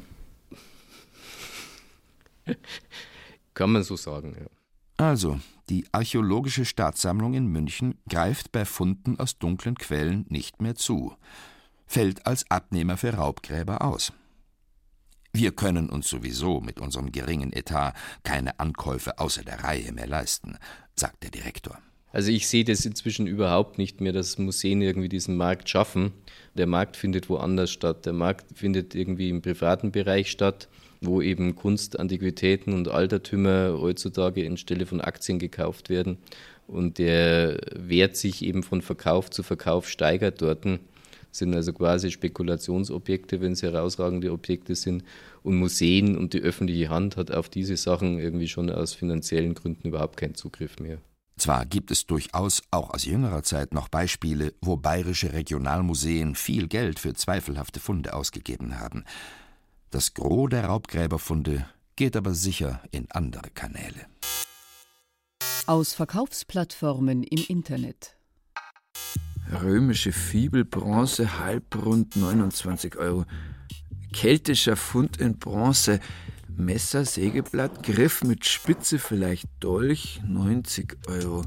Kann man so sagen, ja. Also, die Archäologische Staatssammlung in München greift bei Funden aus dunklen Quellen nicht mehr zu, fällt als Abnehmer für Raubgräber aus. Wir können uns sowieso mit unserem geringen Etat keine Ankäufe außer der Reihe mehr leisten, sagt der Direktor. Also ich sehe das inzwischen überhaupt nicht mehr, dass Museen irgendwie diesen Markt schaffen. Der Markt findet woanders statt. Der Markt findet irgendwie im privaten Bereich statt, wo eben Kunst, Antiquitäten und Altertümer heutzutage anstelle von Aktien gekauft werden. Und der Wert sich eben von Verkauf zu Verkauf steigert dort. Sind also quasi Spekulationsobjekte, wenn es herausragende Objekte sind. Und Museen und die öffentliche Hand hat auf diese Sachen irgendwie schon aus finanziellen Gründen überhaupt keinen Zugriff mehr. Zwar gibt es durchaus auch aus jüngerer Zeit noch Beispiele, wo bayerische Regionalmuseen viel Geld für zweifelhafte Funde ausgegeben haben. Das Gros der Raubgräberfunde geht aber sicher in andere Kanäle. Aus Verkaufsplattformen im Internet. Römische Fibel, Bronze, halbrund, 29 €. Keltischer Fund in Bronze, Messer, Sägeblatt, Griff mit Spitze, vielleicht Dolch, 90 €.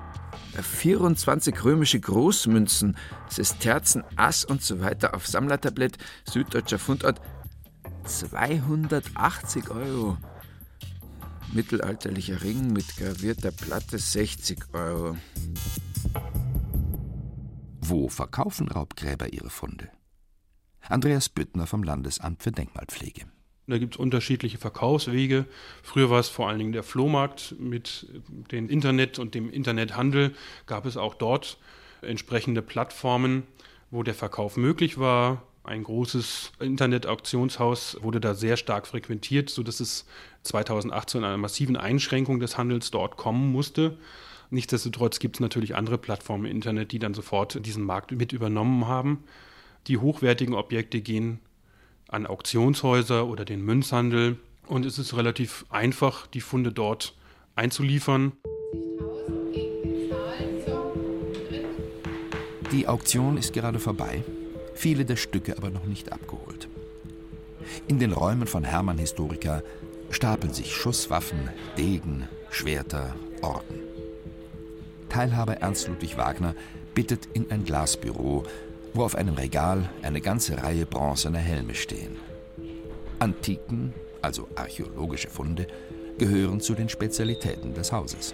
24 römische Großmünzen, Sesterzen, Ass und so weiter auf Sammlertablett, süddeutscher Fundort, 280 €. Mittelalterlicher Ring mit gravierter Platte, 60 €. Wo verkaufen Raubgräber ihre Funde? Andreas Büttner vom Landesamt für Denkmalpflege. Da gibt es unterschiedliche Verkaufswege. Früher war es vor allen Dingen der Flohmarkt mit dem Internet und dem Internethandel. Gab es auch dort entsprechende Plattformen, wo der Verkauf möglich war. Ein großes Internet-Auktionshaus wurde da sehr stark frequentiert, sodass es 2018 einer massiven Einschränkung des Handels dort kommen musste. Nichtsdestotrotz gibt es natürlich andere Plattformen im Internet, die dann sofort diesen Markt mit übernommen haben. Die hochwertigen Objekte gehen an Auktionshäuser oder den Münzhandel und es ist relativ einfach, die Funde dort einzuliefern. Die Auktion ist gerade vorbei, viele der Stücke aber noch nicht abgeholt. In den Räumen von Hermann Historica stapeln sich Schusswaffen, Degen, Schwerter, Orden. Teilhaber Ernst Ludwig Wagner bittet in ein Glasbüro, wo auf einem Regal eine ganze Reihe bronzener Helme stehen. Antiken, also archäologische Funde, gehören zu den Spezialitäten des Hauses.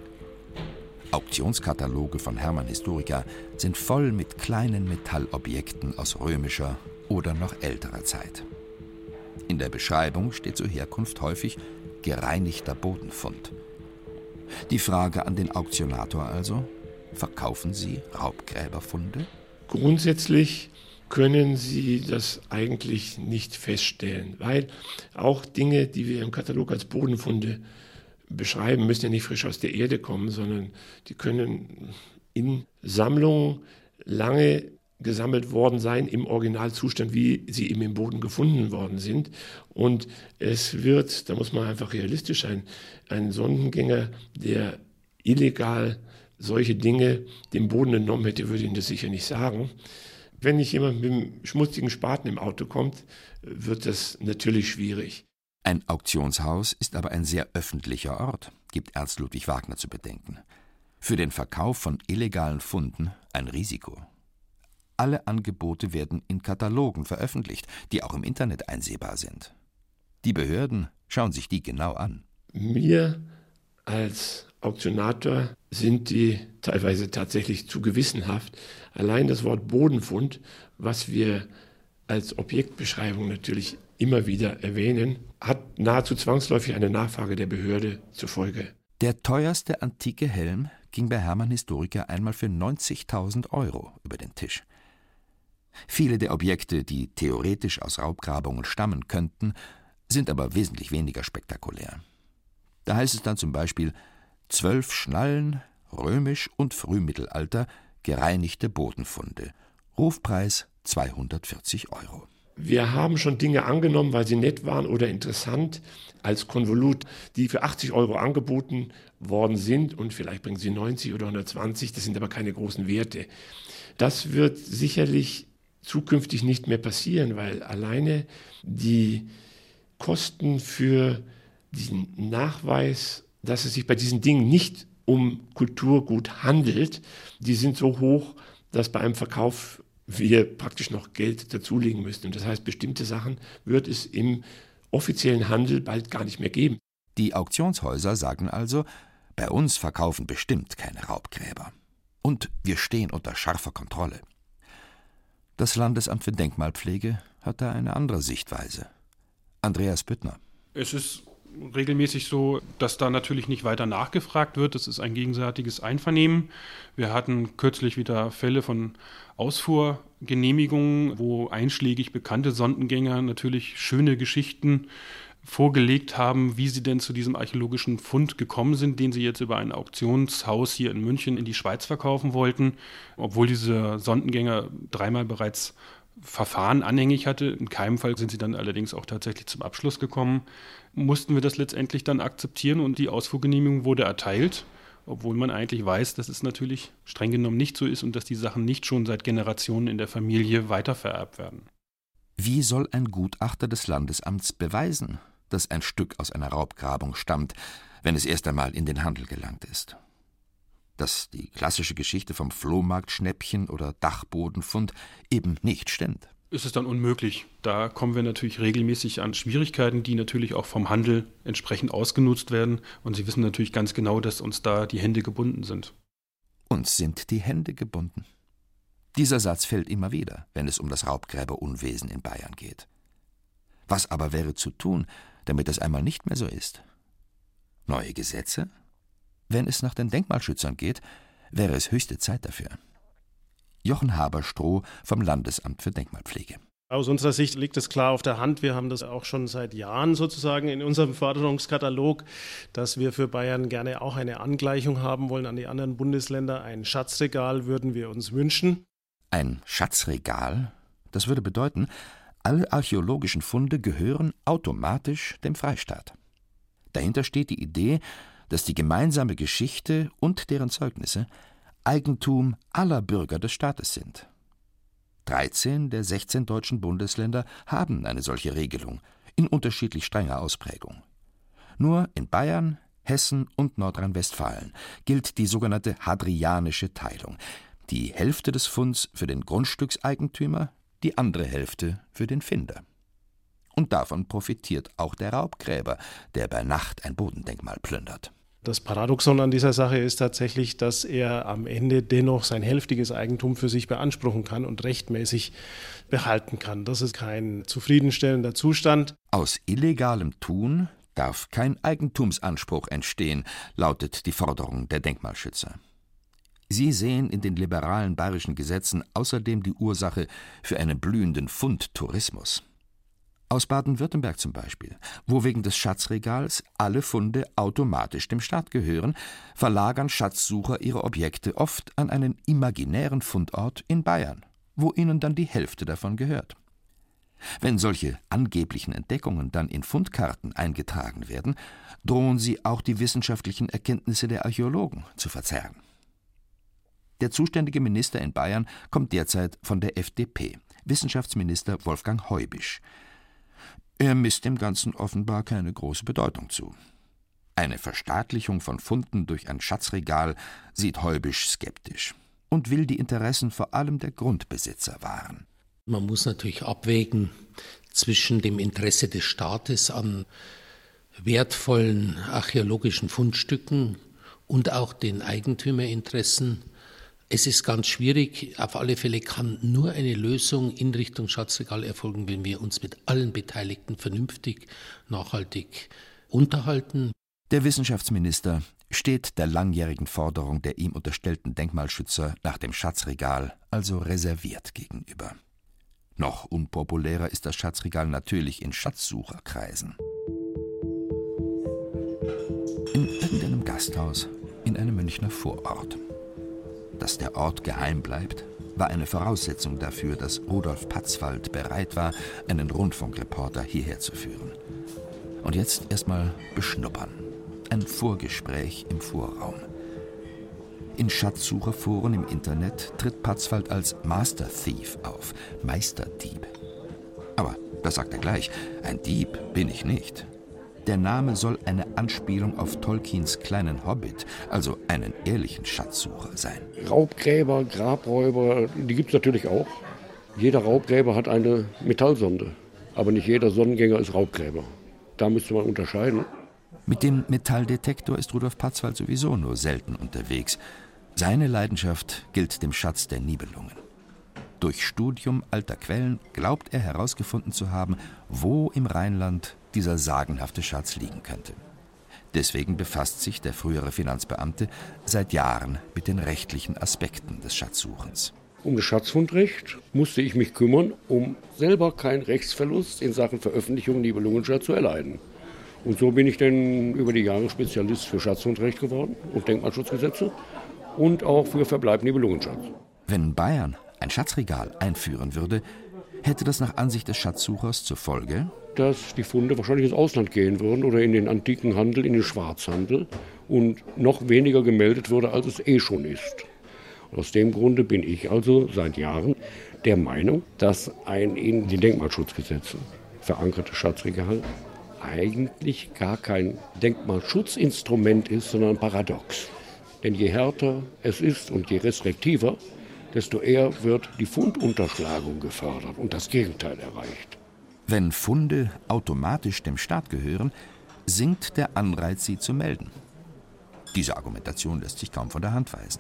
Auktionskataloge von Hermann Historica sind voll mit kleinen Metallobjekten aus römischer oder noch älterer Zeit. In der Beschreibung steht zur Herkunft häufig gereinigter Bodenfund. Die Frage an den Auktionator also: Verkaufen Sie Raubgräberfunde? Grundsätzlich können Sie das eigentlich nicht feststellen, weil auch Dinge, die wir im Katalog als Bodenfunde beschreiben, müssen ja nicht frisch aus der Erde kommen, sondern die können in Sammlungen lange gesammelt worden sein, im Originalzustand, wie sie eben im Boden gefunden worden sind. Und es wird, da muss man einfach realistisch sein, ein Sondengänger, der illegal solche Dinge dem Boden entnommen hätte, würde Ihnen das sicher nicht sagen. Wenn nicht jemand mit einem schmutzigen Spaten im Auto kommt, wird das natürlich schwierig. Ein Auktionshaus ist aber ein sehr öffentlicher Ort, gibt Ernst Ludwig Wagner zu bedenken. Für den Verkauf von illegalen Funden ein Risiko. Alle Angebote werden in Katalogen veröffentlicht, die auch im Internet einsehbar sind. Die Behörden schauen sich die genau an. Mir als Auktionator sind die teilweise tatsächlich zu gewissenhaft. Allein das Wort Bodenfund, was wir als Objektbeschreibung natürlich immer wieder erwähnen, hat nahezu zwangsläufig eine Nachfrage der Behörde zur Folge. Der teuerste antike Helm ging bei Hermann Historica einmal für 90.000 € über den Tisch. Viele der Objekte, die theoretisch aus Raubgrabungen stammen könnten, sind aber wesentlich weniger spektakulär. Da heißt es dann zum Beispiel: 12 Schnallen, römisch und Frühmittelalter, gereinigte Bodenfunde. Rufpreis 240 €. Wir haben schon Dinge angenommen, weil sie nett waren oder interessant, als Konvolut, die für 80 € angeboten worden sind, und vielleicht bringen sie 90 oder 120, das sind aber keine großen Werte. Das wird sicherlich zukünftig nicht mehr passieren, weil alleine die Kosten für diesen Nachweis, dass es sich bei diesen Dingen nicht um Kulturgut handelt, die sind so hoch, dass bei einem Verkauf wir praktisch noch Geld dazulegen müssten. Und das heißt, bestimmte Sachen wird es im offiziellen Handel bald gar nicht mehr geben. Die Auktionshäuser sagen also: Bei uns verkaufen bestimmt keine Raubgräber. Und wir stehen unter scharfer Kontrolle. Das Landesamt für Denkmalpflege hat da eine andere Sichtweise. Andreas Büttner. Es ist regelmäßig so, dass da natürlich nicht weiter nachgefragt wird. Das ist ein gegenseitiges Einvernehmen. Wir hatten kürzlich wieder Fälle von Ausfuhrgenehmigungen, wo einschlägig bekannte Sondengänger natürlich schöne Geschichten vorgelegt haben, wie sie denn zu diesem archäologischen Fund gekommen sind, den sie jetzt über ein Auktionshaus hier in München in die Schweiz verkaufen wollten, obwohl dieser Sondengänger dreimal bereits Verfahren anhängig hatte. In keinem Fall sind sie dann allerdings auch tatsächlich zum Abschluss gekommen. Mussten wir das letztendlich dann akzeptieren und die Ausfuhrgenehmigung wurde erteilt, obwohl man eigentlich weiß, dass es natürlich streng genommen nicht so ist und dass die Sachen nicht schon seit Generationen in der Familie weitervererbt werden. Wie soll ein Gutachter des Landesamts beweisen, dass ein Stück aus einer Raubgrabung stammt, wenn es erst einmal in den Handel gelangt ist? Dass die klassische Geschichte vom Flohmarktschnäppchen oder Dachbodenfund eben nicht stimmt. Ist es dann unmöglich. Da kommen wir natürlich regelmäßig an Schwierigkeiten, die natürlich auch vom Handel entsprechend ausgenutzt werden. Und Sie wissen natürlich ganz genau, dass uns da die Hände gebunden sind. Uns sind die Hände gebunden. Dieser Satz fällt immer wieder, wenn es um das Raubgräberunwesen in Bayern geht. Was aber wäre zu tun, damit es einmal nicht mehr so ist? Neue Gesetze? Wenn es nach den Denkmalschützern geht, wäre es höchste Zeit dafür. Jochen Haberstroh vom Landesamt für Denkmalpflege. Aus unserer Sicht liegt es klar auf der Hand. Wir haben das auch schon seit Jahren sozusagen in unserem Forderungskatalog, dass wir für Bayern gerne auch eine Angleichung haben wollen an die anderen Bundesländer. Ein Schatzregal würden wir uns wünschen. Ein Schatzregal? Das würde bedeuten, alle archäologischen Funde gehören automatisch dem Freistaat. Dahinter steht die Idee, dass die gemeinsame Geschichte und deren Zeugnisse Eigentum aller Bürger des Staates sind. 13 der 16 deutschen Bundesländer haben eine solche Regelung in unterschiedlich strenger Ausprägung. Nur in Bayern, Hessen und Nordrhein-Westfalen gilt die sogenannte hadrianische Teilung. Die Hälfte des Funds für den Grundstückseigentümer, die andere Hälfte für den Finder. Und davon profitiert auch der Raubgräber, der bei Nacht ein Bodendenkmal plündert. Das Paradoxon an dieser Sache ist tatsächlich, dass er am Ende dennoch sein hälftiges Eigentum für sich beanspruchen kann und rechtmäßig behalten kann. Das ist kein zufriedenstellender Zustand. Aus illegalem Tun darf kein Eigentumsanspruch entstehen, lautet die Forderung der Denkmalschützer. Sie sehen in den liberalen bayerischen Gesetzen außerdem die Ursache für einen blühenden Fundtourismus. Aus Baden-Württemberg zum Beispiel, wo wegen des Schatzregals alle Funde automatisch dem Staat gehören, verlagern Schatzsucher ihre Objekte oft an einen imaginären Fundort in Bayern, wo ihnen dann die Hälfte davon gehört. Wenn solche angeblichen Entdeckungen dann in Fundkarten eingetragen werden, drohen sie auch die wissenschaftlichen Erkenntnisse der Archäologen zu verzerren. Der zuständige Minister in Bayern kommt derzeit von der FDP, Wissenschaftsminister Wolfgang Heubisch. Er misst dem Ganzen offenbar keine große Bedeutung zu. Eine Verstaatlichung von Funden durch ein Schatzregal sieht Heubisch skeptisch und will die Interessen vor allem der Grundbesitzer wahren. Man muss natürlich abwägen zwischen dem Interesse des Staates an wertvollen archäologischen Fundstücken und auch den Eigentümerinteressen. Es ist ganz schwierig. Auf alle Fälle kann nur eine Lösung in Richtung Schatzregal erfolgen, wenn wir uns mit allen Beteiligten vernünftig, nachhaltig unterhalten. Der Wissenschaftsminister steht der langjährigen Forderung der ihm unterstellten Denkmalschützer nach dem Schatzregal also reserviert gegenüber. Noch unpopulärer ist das Schatzregal natürlich in Schatzsucherkreisen. In irgendeinem Gasthaus in einem Münchner Vorort. Dass der Ort geheim bleibt, war eine Voraussetzung dafür, dass Rudolf Patzwald bereit war, einen Rundfunkreporter hierher zu führen. Und jetzt erstmal beschnuppern. Ein Vorgespräch im Vorraum. In Schatzsucherforen im Internet tritt Patzwald als Master Thief auf, Meisterdieb. Aber das sagt er gleich, ein Dieb bin ich nicht. Der Name soll eine Anspielung auf Tolkiens kleinen Hobbit, also einen ehrlichen Schatzsucher sein. Raubgräber, Grabräuber, die gibt es natürlich auch. Jeder Raubgräber hat eine Metallsonde, aber nicht jeder Sonnengänger ist Raubgräber. Da müsste man unterscheiden. Mit dem Metalldetektor ist Rudolf Patzwald sowieso nur selten unterwegs. Seine Leidenschaft gilt dem Schatz der Nibelungen. Durch Studium alter Quellen glaubt er herausgefunden zu haben, wo im Rheinland dieser sagenhafte Schatz liegen könnte. Deswegen befasst sich der frühere Finanzbeamte seit Jahren mit den rechtlichen Aspekten des Schatzsuchens. Um das Schatzfundrecht musste ich mich kümmern, um selber keinen Rechtsverlust in Sachen Veröffentlichung Nibelungenschatz zu erleiden. Und so bin ich dann über die Jahre Spezialist für Schatzfundrecht geworden und Denkmalschutzgesetze und auch für Verbleib Nibelungenschatz. Wenn Bayern ein Schatzregal einführen würde, hätte das nach Ansicht des Schatzsuchers zur Folge, dass die Funde wahrscheinlich ins Ausland gehen würden oder in den antiken Handel, in den Schwarzhandel und noch weniger gemeldet würde, als es schon ist. Und aus dem Grunde bin ich also seit Jahren der Meinung, dass ein in den Denkmalschutzgesetzen verankertes Schatzregal eigentlich gar kein Denkmalschutzinstrument ist, sondern ein Paradox. Denn je härter es ist und je restriktiver, desto eher wird die Fundunterschlagung gefördert und das Gegenteil erreicht. Wenn Funde automatisch dem Staat gehören, sinkt der Anreiz, sie zu melden. Diese Argumentation lässt sich kaum von der Hand weisen.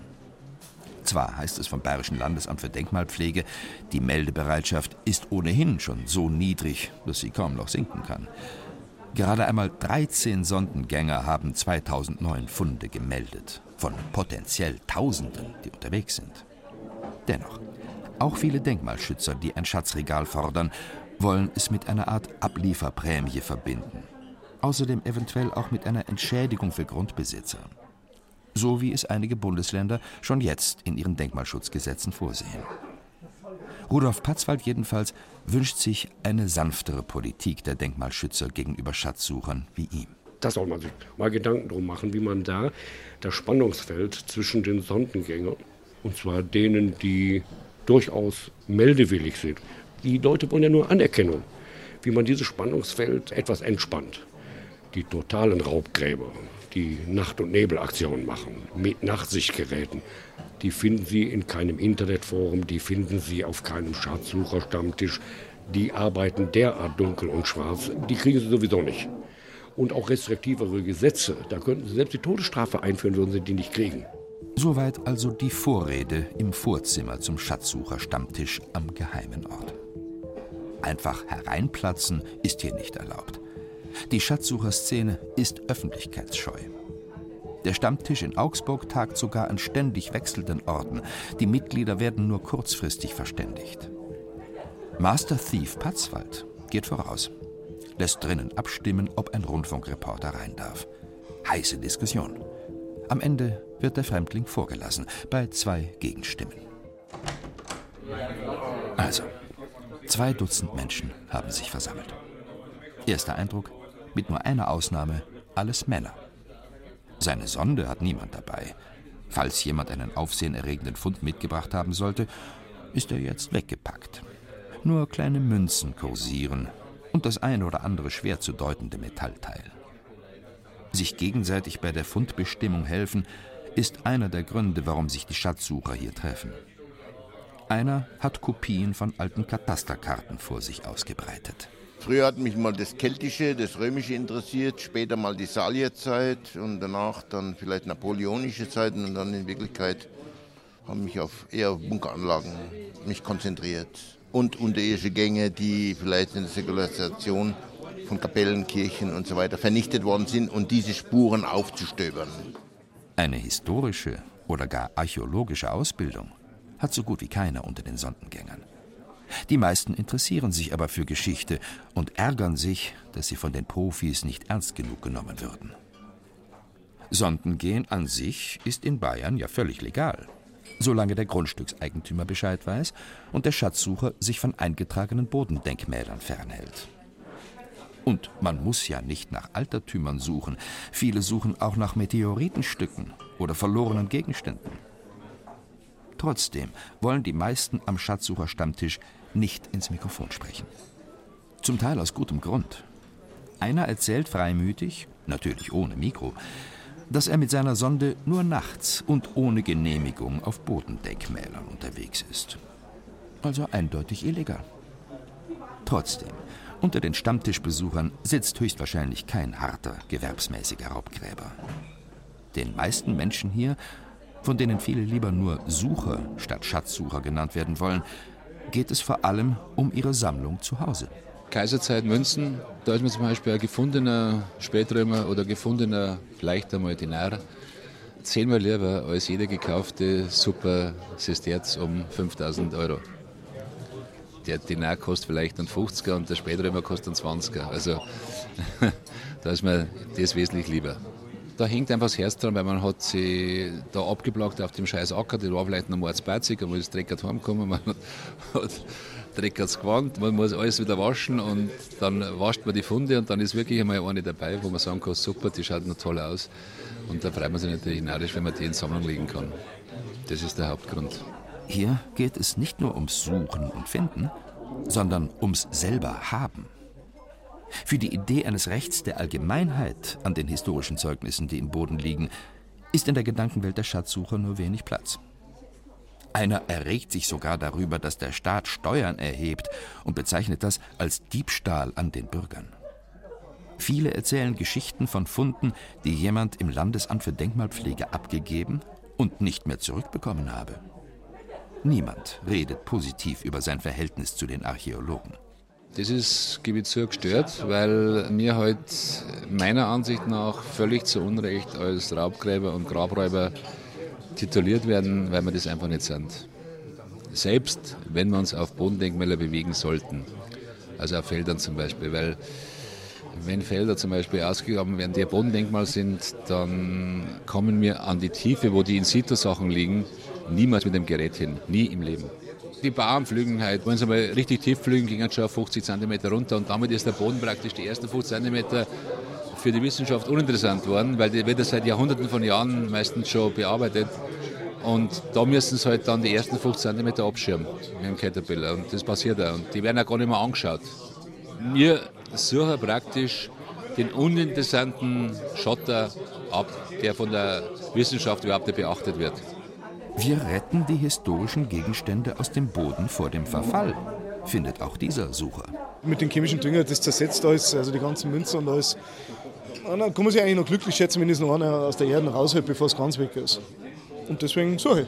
Zwar heißt es vom Bayerischen Landesamt für Denkmalpflege, die Meldebereitschaft ist ohnehin schon so niedrig, dass sie kaum noch sinken kann. Gerade einmal 13 Sondengänger haben 2009 Funde gemeldet, von potenziell Tausenden, die unterwegs sind. Dennoch, auch viele Denkmalschützer, die ein Schatzregal fordern, wollen es mit einer Art Ablieferprämie verbinden. Außerdem eventuell auch mit einer Entschädigung für Grundbesitzer. So wie es einige Bundesländer schon jetzt in ihren Denkmalschutzgesetzen vorsehen. Rudolf Patzwald jedenfalls wünscht sich eine sanftere Politik der Denkmalschützer gegenüber Schatzsuchern wie ihm. Da soll man sich mal Gedanken drum machen, wie man da das Spannungsfeld zwischen den Sondengängern, und zwar denen, die durchaus meldewillig sind. Die Leute wollen ja nur Anerkennung, wie man dieses Spannungsfeld etwas entspannt. Die totalen Raubgräber, die Nacht- und Nebelaktionen machen, mit Nachtsichtgeräten, die finden Sie in keinem Internetforum, die finden Sie auf keinem Schatzsucherstammtisch. Die arbeiten derart dunkel und schwarz, die kriegen Sie sowieso nicht. Und auch restriktivere Gesetze, da könnten Sie selbst die Todesstrafe einführen, würden Sie die nicht kriegen. Soweit also die Vorrede im Vorzimmer zum Schatzsucherstammtisch am geheimen Ort. Einfach hereinplatzen ist hier nicht erlaubt. Die Schatzsucherszene ist öffentlichkeitsscheu. Der Stammtisch in Augsburg tagt sogar an ständig wechselnden Orten. Die Mitglieder werden nur kurzfristig verständigt. Master Thief Patzwald geht voraus, lässt drinnen abstimmen, ob ein Rundfunkreporter rein darf. Heiße Diskussion. Am Ende wird der Fremdling vorgelassen, bei 2 Gegenstimmen. Also, 2 Dutzend Menschen haben sich versammelt. Erster Eindruck, mit nur einer Ausnahme, alles Männer. Seine Sonde hat niemand dabei. Falls jemand einen aufsehenerregenden Fund mitgebracht haben sollte, ist er jetzt weggepackt. Nur kleine Münzen kursieren und das ein oder andere schwer zu deutende Metallteil. Sich gegenseitig bei der Fundbestimmung helfen, ist einer der Gründe, warum sich die Schatzsucher hier treffen. Einer hat Kopien von alten Katasterkarten vor sich ausgebreitet. Früher hat mich mal das Keltische, das Römische interessiert, später mal die Salierzeit und danach dann vielleicht napoleonische Zeiten und dann in Wirklichkeit haben mich auf eher Bunkeranlagen mich konzentriert. Und unterirdische Gänge, die vielleicht in der Säkularisation von Kapellen, Kirchen und so weiter vernichtet worden sind und diese Spuren aufzustöbern. Eine historische oder gar archäologische Ausbildung hat so gut wie keiner unter den Sondengängern. Die meisten interessieren sich aber für Geschichte und ärgern sich, dass sie von den Profis nicht ernst genug genommen würden. Sondengehen an sich ist in Bayern ja völlig legal, solange der Grundstückseigentümer Bescheid weiß und der Schatzsucher sich von eingetragenen Bodendenkmälern fernhält. Und man muss ja nicht nach Altertümern suchen, viele suchen auch nach Meteoritenstücken oder verlorenen Gegenständen. Trotzdem wollen die meisten am Schatzsucherstammtisch nicht ins Mikrofon sprechen. Zum Teil aus gutem Grund. Einer erzählt freimütig, natürlich ohne Mikro, dass er mit seiner Sonde nur nachts und ohne Genehmigung auf Bodendenkmälern unterwegs ist. Also eindeutig illegal. Trotzdem, unter den Stammtischbesuchern sitzt höchstwahrscheinlich kein harter, gewerbsmäßiger Raubgräber. Den meisten Menschen hier, von denen viele lieber nur Sucher statt Schatzsucher genannt werden wollen, geht es vor allem um ihre Sammlung zu Hause. Kaiserzeit Münzen, da ist mir zum Beispiel ein gefundener Spätrömer oder gefundener vielleicht einmal Dinar 10-mal lieber als jeder gekaufte Super Sesterz um 5.000 €. Der Dinar kostet vielleicht einen 50er und der Spätrömer kostet einen 20er. Also da ist mir das wesentlich lieber. Da hängt einfach das Herz dran, weil man hat sich da abgeplagt auf dem scheiß Acker, das war vielleicht noch mordsbeizig, man ist dreckert heimgekommen, man hat dreckert gewandt, man muss alles wieder waschen und dann wascht man die Funde und dann ist wirklich einmal eine dabei, wo man sagen kann, super, die schaut noch toll aus und da freut man sich natürlich narrisch, wenn man die in Sammlung legen kann. Das ist der Hauptgrund. Hier geht es nicht nur ums Suchen und Finden, sondern ums selber Haben. Für die Idee eines Rechts der Allgemeinheit an den historischen Zeugnissen, die im Boden liegen, ist in der Gedankenwelt der Schatzsucher nur wenig Platz. Einer erregt sich sogar darüber, dass der Staat Steuern erhebt und bezeichnet das als Diebstahl an den Bürgern. Viele erzählen Geschichten von Funden, die jemand im Landesamt für Denkmalpflege abgegeben und nicht mehr zurückbekommen habe. Niemand redet positiv über sein Verhältnis zu den Archäologen. Das ist, gebe ich zu, gestört, weil wir halt meiner Ansicht nach völlig zu Unrecht als Raubgräber und Grabräuber tituliert werden, weil wir das einfach nicht sind. Selbst wenn wir uns auf Bodendenkmäler bewegen sollten, also auf Feldern zum Beispiel, weil wenn Felder zum Beispiel ausgegraben werden, die ein Bodendenkmal sind, dann kommen wir an die Tiefe, wo die In-situ-Sachen liegen, niemals mit dem Gerät hin, nie im Leben. Die Bauern pflügen halt, wenn sie mal richtig tief pflügen, gehen schon auf 50 cm runter und damit ist der Boden praktisch die ersten 50 cm für die Wissenschaft uninteressant worden, weil die wird ja seit Jahrhunderten von Jahren meistens schon bearbeitet. Und da müssen sie halt dann die ersten 50 cm abschirmen mit dem Caterpillar. Und das passiert auch. Und die werden auch gar nicht mehr angeschaut. Wir suchen praktisch den uninteressanten Schotter ab, der von der Wissenschaft überhaupt nicht beachtet wird. Wir retten die historischen Gegenstände aus dem Boden vor dem Verfall, findet auch dieser Sucher. Mit dem chemischen Dünger, das zersetzt alles, also die ganzen Münzen und alles. Und dann kann man sich eigentlich noch glücklich schätzen, wenn es noch einer aus der Erde raushält, bevor es ganz weg ist. Und deswegen suche ich.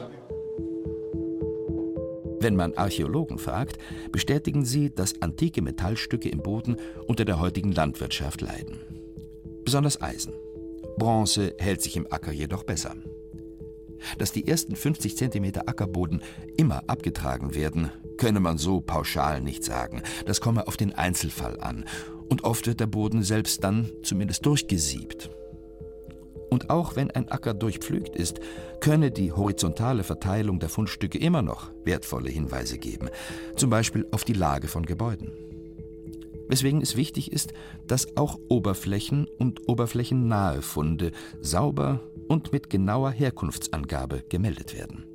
Wenn man Archäologen fragt, bestätigen sie, dass antike Metallstücke im Boden unter der heutigen Landwirtschaft leiden. Besonders Eisen. Bronze hält sich im Acker jedoch besser. Dass die ersten 50 cm Ackerboden immer abgetragen werden, könne man so pauschal nicht sagen. Das komme auf den Einzelfall an. Und oft wird der Boden selbst dann zumindest durchgesiebt. Und auch wenn ein Acker durchpflügt ist, könne die horizontale Verteilung der Fundstücke immer noch wertvolle Hinweise geben, zum Beispiel auf die Lage von Gebäuden. Weswegen es wichtig ist, dass auch Oberflächen und oberflächennahe Funde sauber und mit genauer Herkunftsangabe gemeldet werden.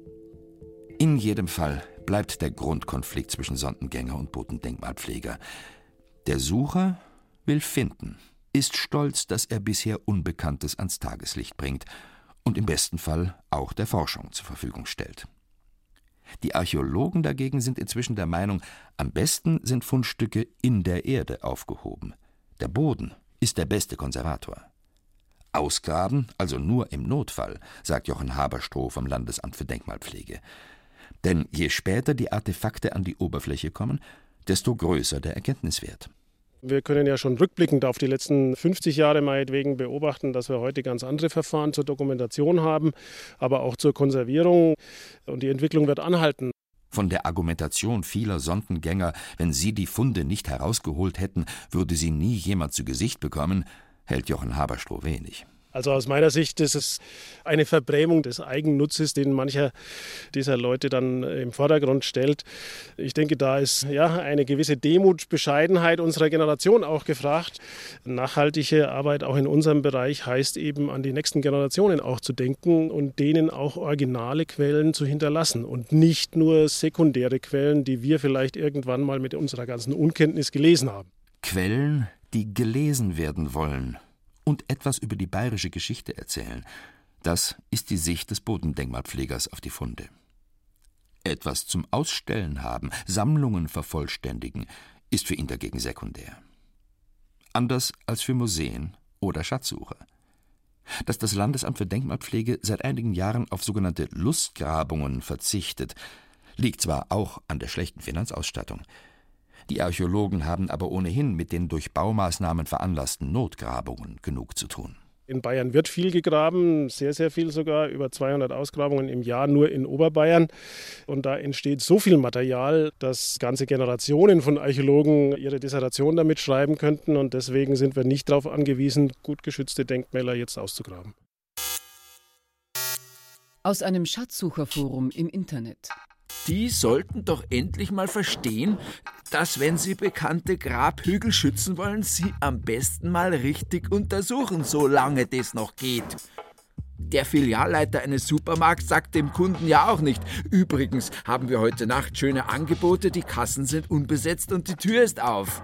In jedem Fall bleibt der Grundkonflikt zwischen Sondengänger und Bodendenkmalpfleger. Der Sucher will finden, ist stolz, dass er bisher Unbekanntes ans Tageslicht bringt und im besten Fall auch der Forschung zur Verfügung stellt. Die Archäologen dagegen sind inzwischen der Meinung, am besten sind Fundstücke in der Erde aufgehoben. Der Boden ist der beste Konservator. Ausgraben, also nur im Notfall, sagt Jochen Haberstroh vom Landesamt für Denkmalpflege. Denn je später die Artefakte an die Oberfläche kommen, desto größer der Erkenntniswert. Wir können ja schon rückblickend auf die letzten 50 Jahre meinetwegen beobachten, dass wir heute ganz andere Verfahren zur Dokumentation haben, aber auch zur Konservierung. Und die Entwicklung wird anhalten. Von der Argumentation vieler Sondengänger, wenn sie die Funde nicht herausgeholt hätten, würde sie nie jemand zu Gesicht bekommen, hält Jochen Haberstroh wenig. Also aus meiner Sicht ist es eine Verbrämung des Eigennutzes, den mancher dieser Leute dann im Vordergrund stellt. Ich denke, da ist eine gewisse Demut, Bescheidenheit unserer Generation auch gefragt. Nachhaltige Arbeit auch in unserem Bereich heißt eben, an die nächsten Generationen auch zu denken und denen auch originale Quellen zu hinterlassen und nicht nur sekundäre Quellen, die wir vielleicht irgendwann mal mit unserer ganzen Unkenntnis gelesen haben. Quellen, die gelesen werden wollen und etwas über die bayerische Geschichte erzählen. Das ist die Sicht des Bodendenkmalpflegers auf die Funde. Etwas zum Ausstellen haben, Sammlungen vervollständigen, ist für ihn dagegen sekundär. Anders als für Museen oder Schatzsucher. Dass das Landesamt für Denkmalpflege seit einigen Jahren auf sogenannte Lustgrabungen verzichtet, liegt zwar auch an der schlechten Finanzausstattung. Die Archäologen haben aber ohnehin mit den durch Baumaßnahmen veranlassten Notgrabungen genug zu tun. In Bayern wird viel gegraben, sehr, sehr viel sogar, über 200 Ausgrabungen im Jahr nur in Oberbayern. Und da entsteht so viel Material, dass ganze Generationen von Archäologen ihre Dissertation damit schreiben könnten. Und deswegen sind wir nicht darauf angewiesen, gut geschützte Denkmäler jetzt auszugraben. Aus einem Schatzsucherforum im Internet. Die sollten doch endlich mal verstehen, dass, wenn sie bekannte Grabhügel schützen wollen, sie am besten mal richtig untersuchen, solange das noch geht. Der Filialleiter eines Supermarkts sagt dem Kunden ja auch nicht: Übrigens haben wir heute Nacht schöne Angebote, die Kassen sind unbesetzt und die Tür ist auf.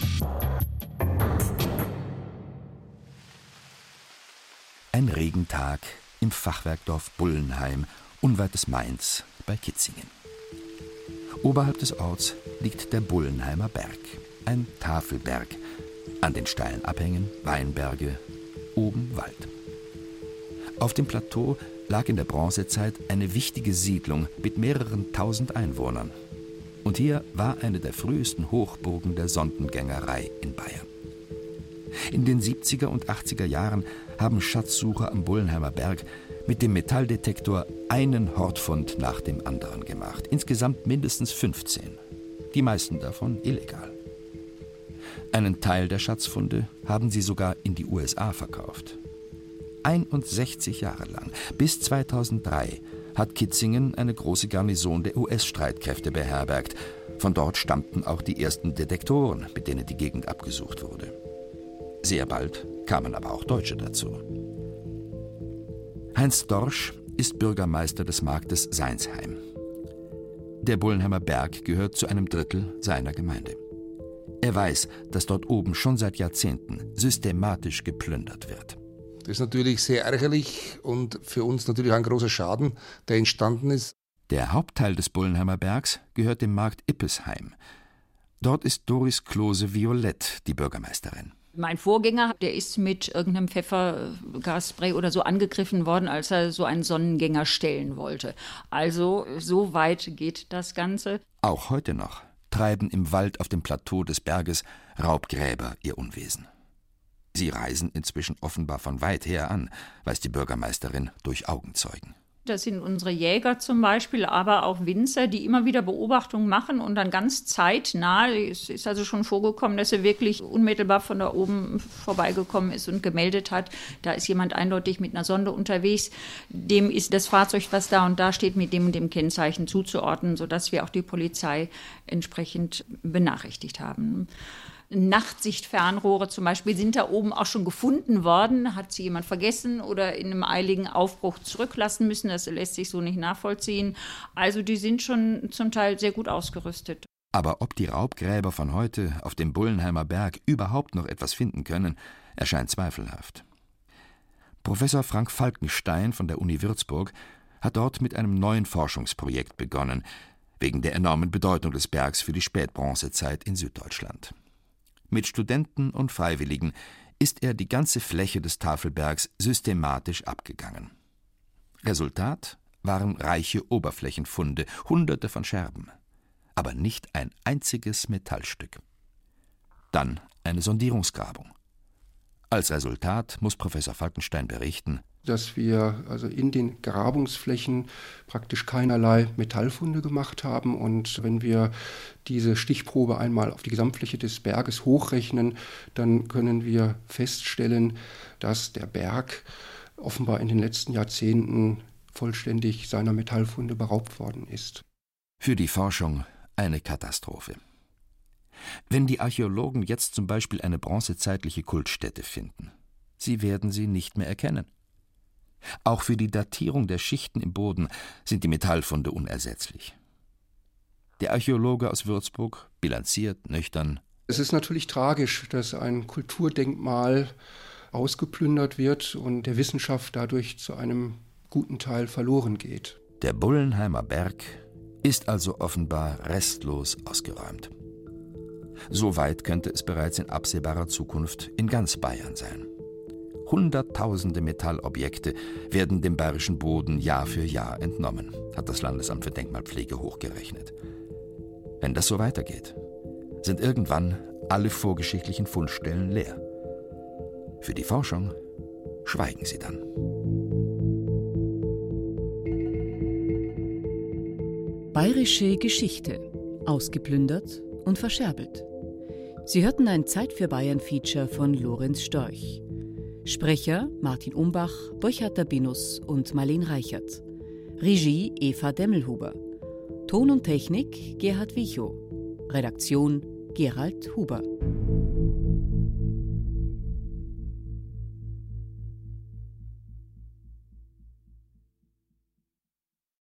Ein Regentag im Fachwerkdorf Bullenheim, unweit des Mainz, bei Kitzingen. Oberhalb des Orts liegt der Bullenheimer Berg, ein Tafelberg. An den steilen Abhängen Weinberge, oben Wald. Auf dem Plateau lag in der Bronzezeit eine wichtige Siedlung mit mehreren tausend Einwohnern. Und hier war eine der frühesten Hochburgen der Sondengängerei in Bayern. In den 70er und 80er Jahren haben Schatzsucher am Bullenheimer Berg mit dem Metalldetektor einen Hortfund nach dem anderen gemacht. Insgesamt mindestens 15. Die meisten davon illegal. Einen Teil der Schatzfunde haben sie sogar in die USA verkauft. 61 Jahre lang, bis 2003, hat Kitzingen eine große Garnison der US-Streitkräfte beherbergt. Von dort stammten auch die ersten Detektoren, mit denen die Gegend abgesucht wurde. Sehr bald kamen aber auch Deutsche dazu. Heinz Dorsch ist Bürgermeister des Marktes Seinsheim. Der Bullenheimer Berg gehört zu einem Drittel seiner Gemeinde. Er weiß, dass dort oben schon seit Jahrzehnten systematisch geplündert wird. Das ist natürlich sehr ärgerlich und für uns natürlich ein großer Schaden, der entstanden ist. Der Hauptteil des Bullenheimer Bergs gehört dem Markt Ippesheim. Dort ist Doris Klose-Violett die Bürgermeisterin. Mein Vorgänger, der ist mit irgendeinem Pfeffergasspray oder so angegriffen worden, als er so einen Sonnengänger stellen wollte. Also so weit geht das Ganze. Auch heute noch treiben im Wald auf dem Plateau des Berges Raubgräber ihr Unwesen. Sie reisen inzwischen offenbar von weit her an, weiß die Bürgermeisterin durch Augenzeugen. Das sind unsere Jäger zum Beispiel, aber auch Winzer, die immer wieder Beobachtungen machen und dann ganz zeitnah, es ist also schon vorgekommen, dass er wirklich unmittelbar von da oben vorbeigekommen ist und gemeldet hat, da ist jemand eindeutig mit einer Sonde unterwegs, dem ist das Fahrzeug, was da und da steht, mit dem und dem Kennzeichen zuzuordnen, sodass wir auch die Polizei entsprechend benachrichtigt haben. Nachtsichtfernrohre zum Beispiel sind da oben auch schon gefunden worden. Hat sie jemand vergessen oder in einem eiligen Aufbruch zurücklassen müssen? Das lässt sich so nicht nachvollziehen. Also die sind schon zum Teil sehr gut ausgerüstet. Aber ob die Raubgräber von heute auf dem Bullenheimer Berg überhaupt noch etwas finden können, erscheint zweifelhaft. Professor Frank Falkenstein von der Uni Würzburg hat dort mit einem neuen Forschungsprojekt begonnen, wegen der enormen Bedeutung des Bergs für die Spätbronzezeit in Süddeutschland. Mit Studenten und Freiwilligen ist er die ganze Fläche des Tafelbergs systematisch abgegangen. Resultat waren reiche Oberflächenfunde, Hunderte von Scherben, aber nicht ein einziges Metallstück. Dann eine Sondierungsgrabung. Als Resultat muss Professor Falkenstein berichten, dass wir also in den Grabungsflächen praktisch keinerlei Metallfunde gemacht haben. Und wenn wir diese Stichprobe einmal auf die Gesamtfläche des Berges hochrechnen, dann können wir feststellen, dass der Berg offenbar in den letzten Jahrzehnten vollständig seiner Metallfunde beraubt worden ist. Für die Forschung eine Katastrophe. Wenn die Archäologen jetzt zum Beispiel eine bronzezeitliche Kultstätte finden, sie werden sie nicht mehr erkennen. Auch für die Datierung der Schichten im Boden sind die Metallfunde unersetzlich. Der Archäologe aus Würzburg bilanziert nüchtern: Es ist natürlich tragisch, dass ein Kulturdenkmal ausgeplündert wird und der Wissenschaft dadurch zu einem guten Teil verloren geht. Der Bullenheimer Berg ist also offenbar restlos ausgeräumt. So weit könnte es bereits in absehbarer Zukunft in ganz Bayern sein. Hunderttausende Metallobjekte werden dem bayerischen Boden Jahr für Jahr entnommen, hat das Landesamt für Denkmalpflege hochgerechnet. Wenn das so weitergeht, sind irgendwann alle vorgeschichtlichen Fundstellen leer. Für die Forschung schweigen sie dann. Bayerische Geschichte. Ausgeplündert und verscherbelt. Sie hörten ein Zeit für Bayern-Feature von Lorenz Storch. Sprecher Martin Umbach, Burchard Dabinus und Marleen Reichert. Regie Eva Demmelhuber. Ton und Technik Gerhard Wichow. Redaktion Gerald Huber.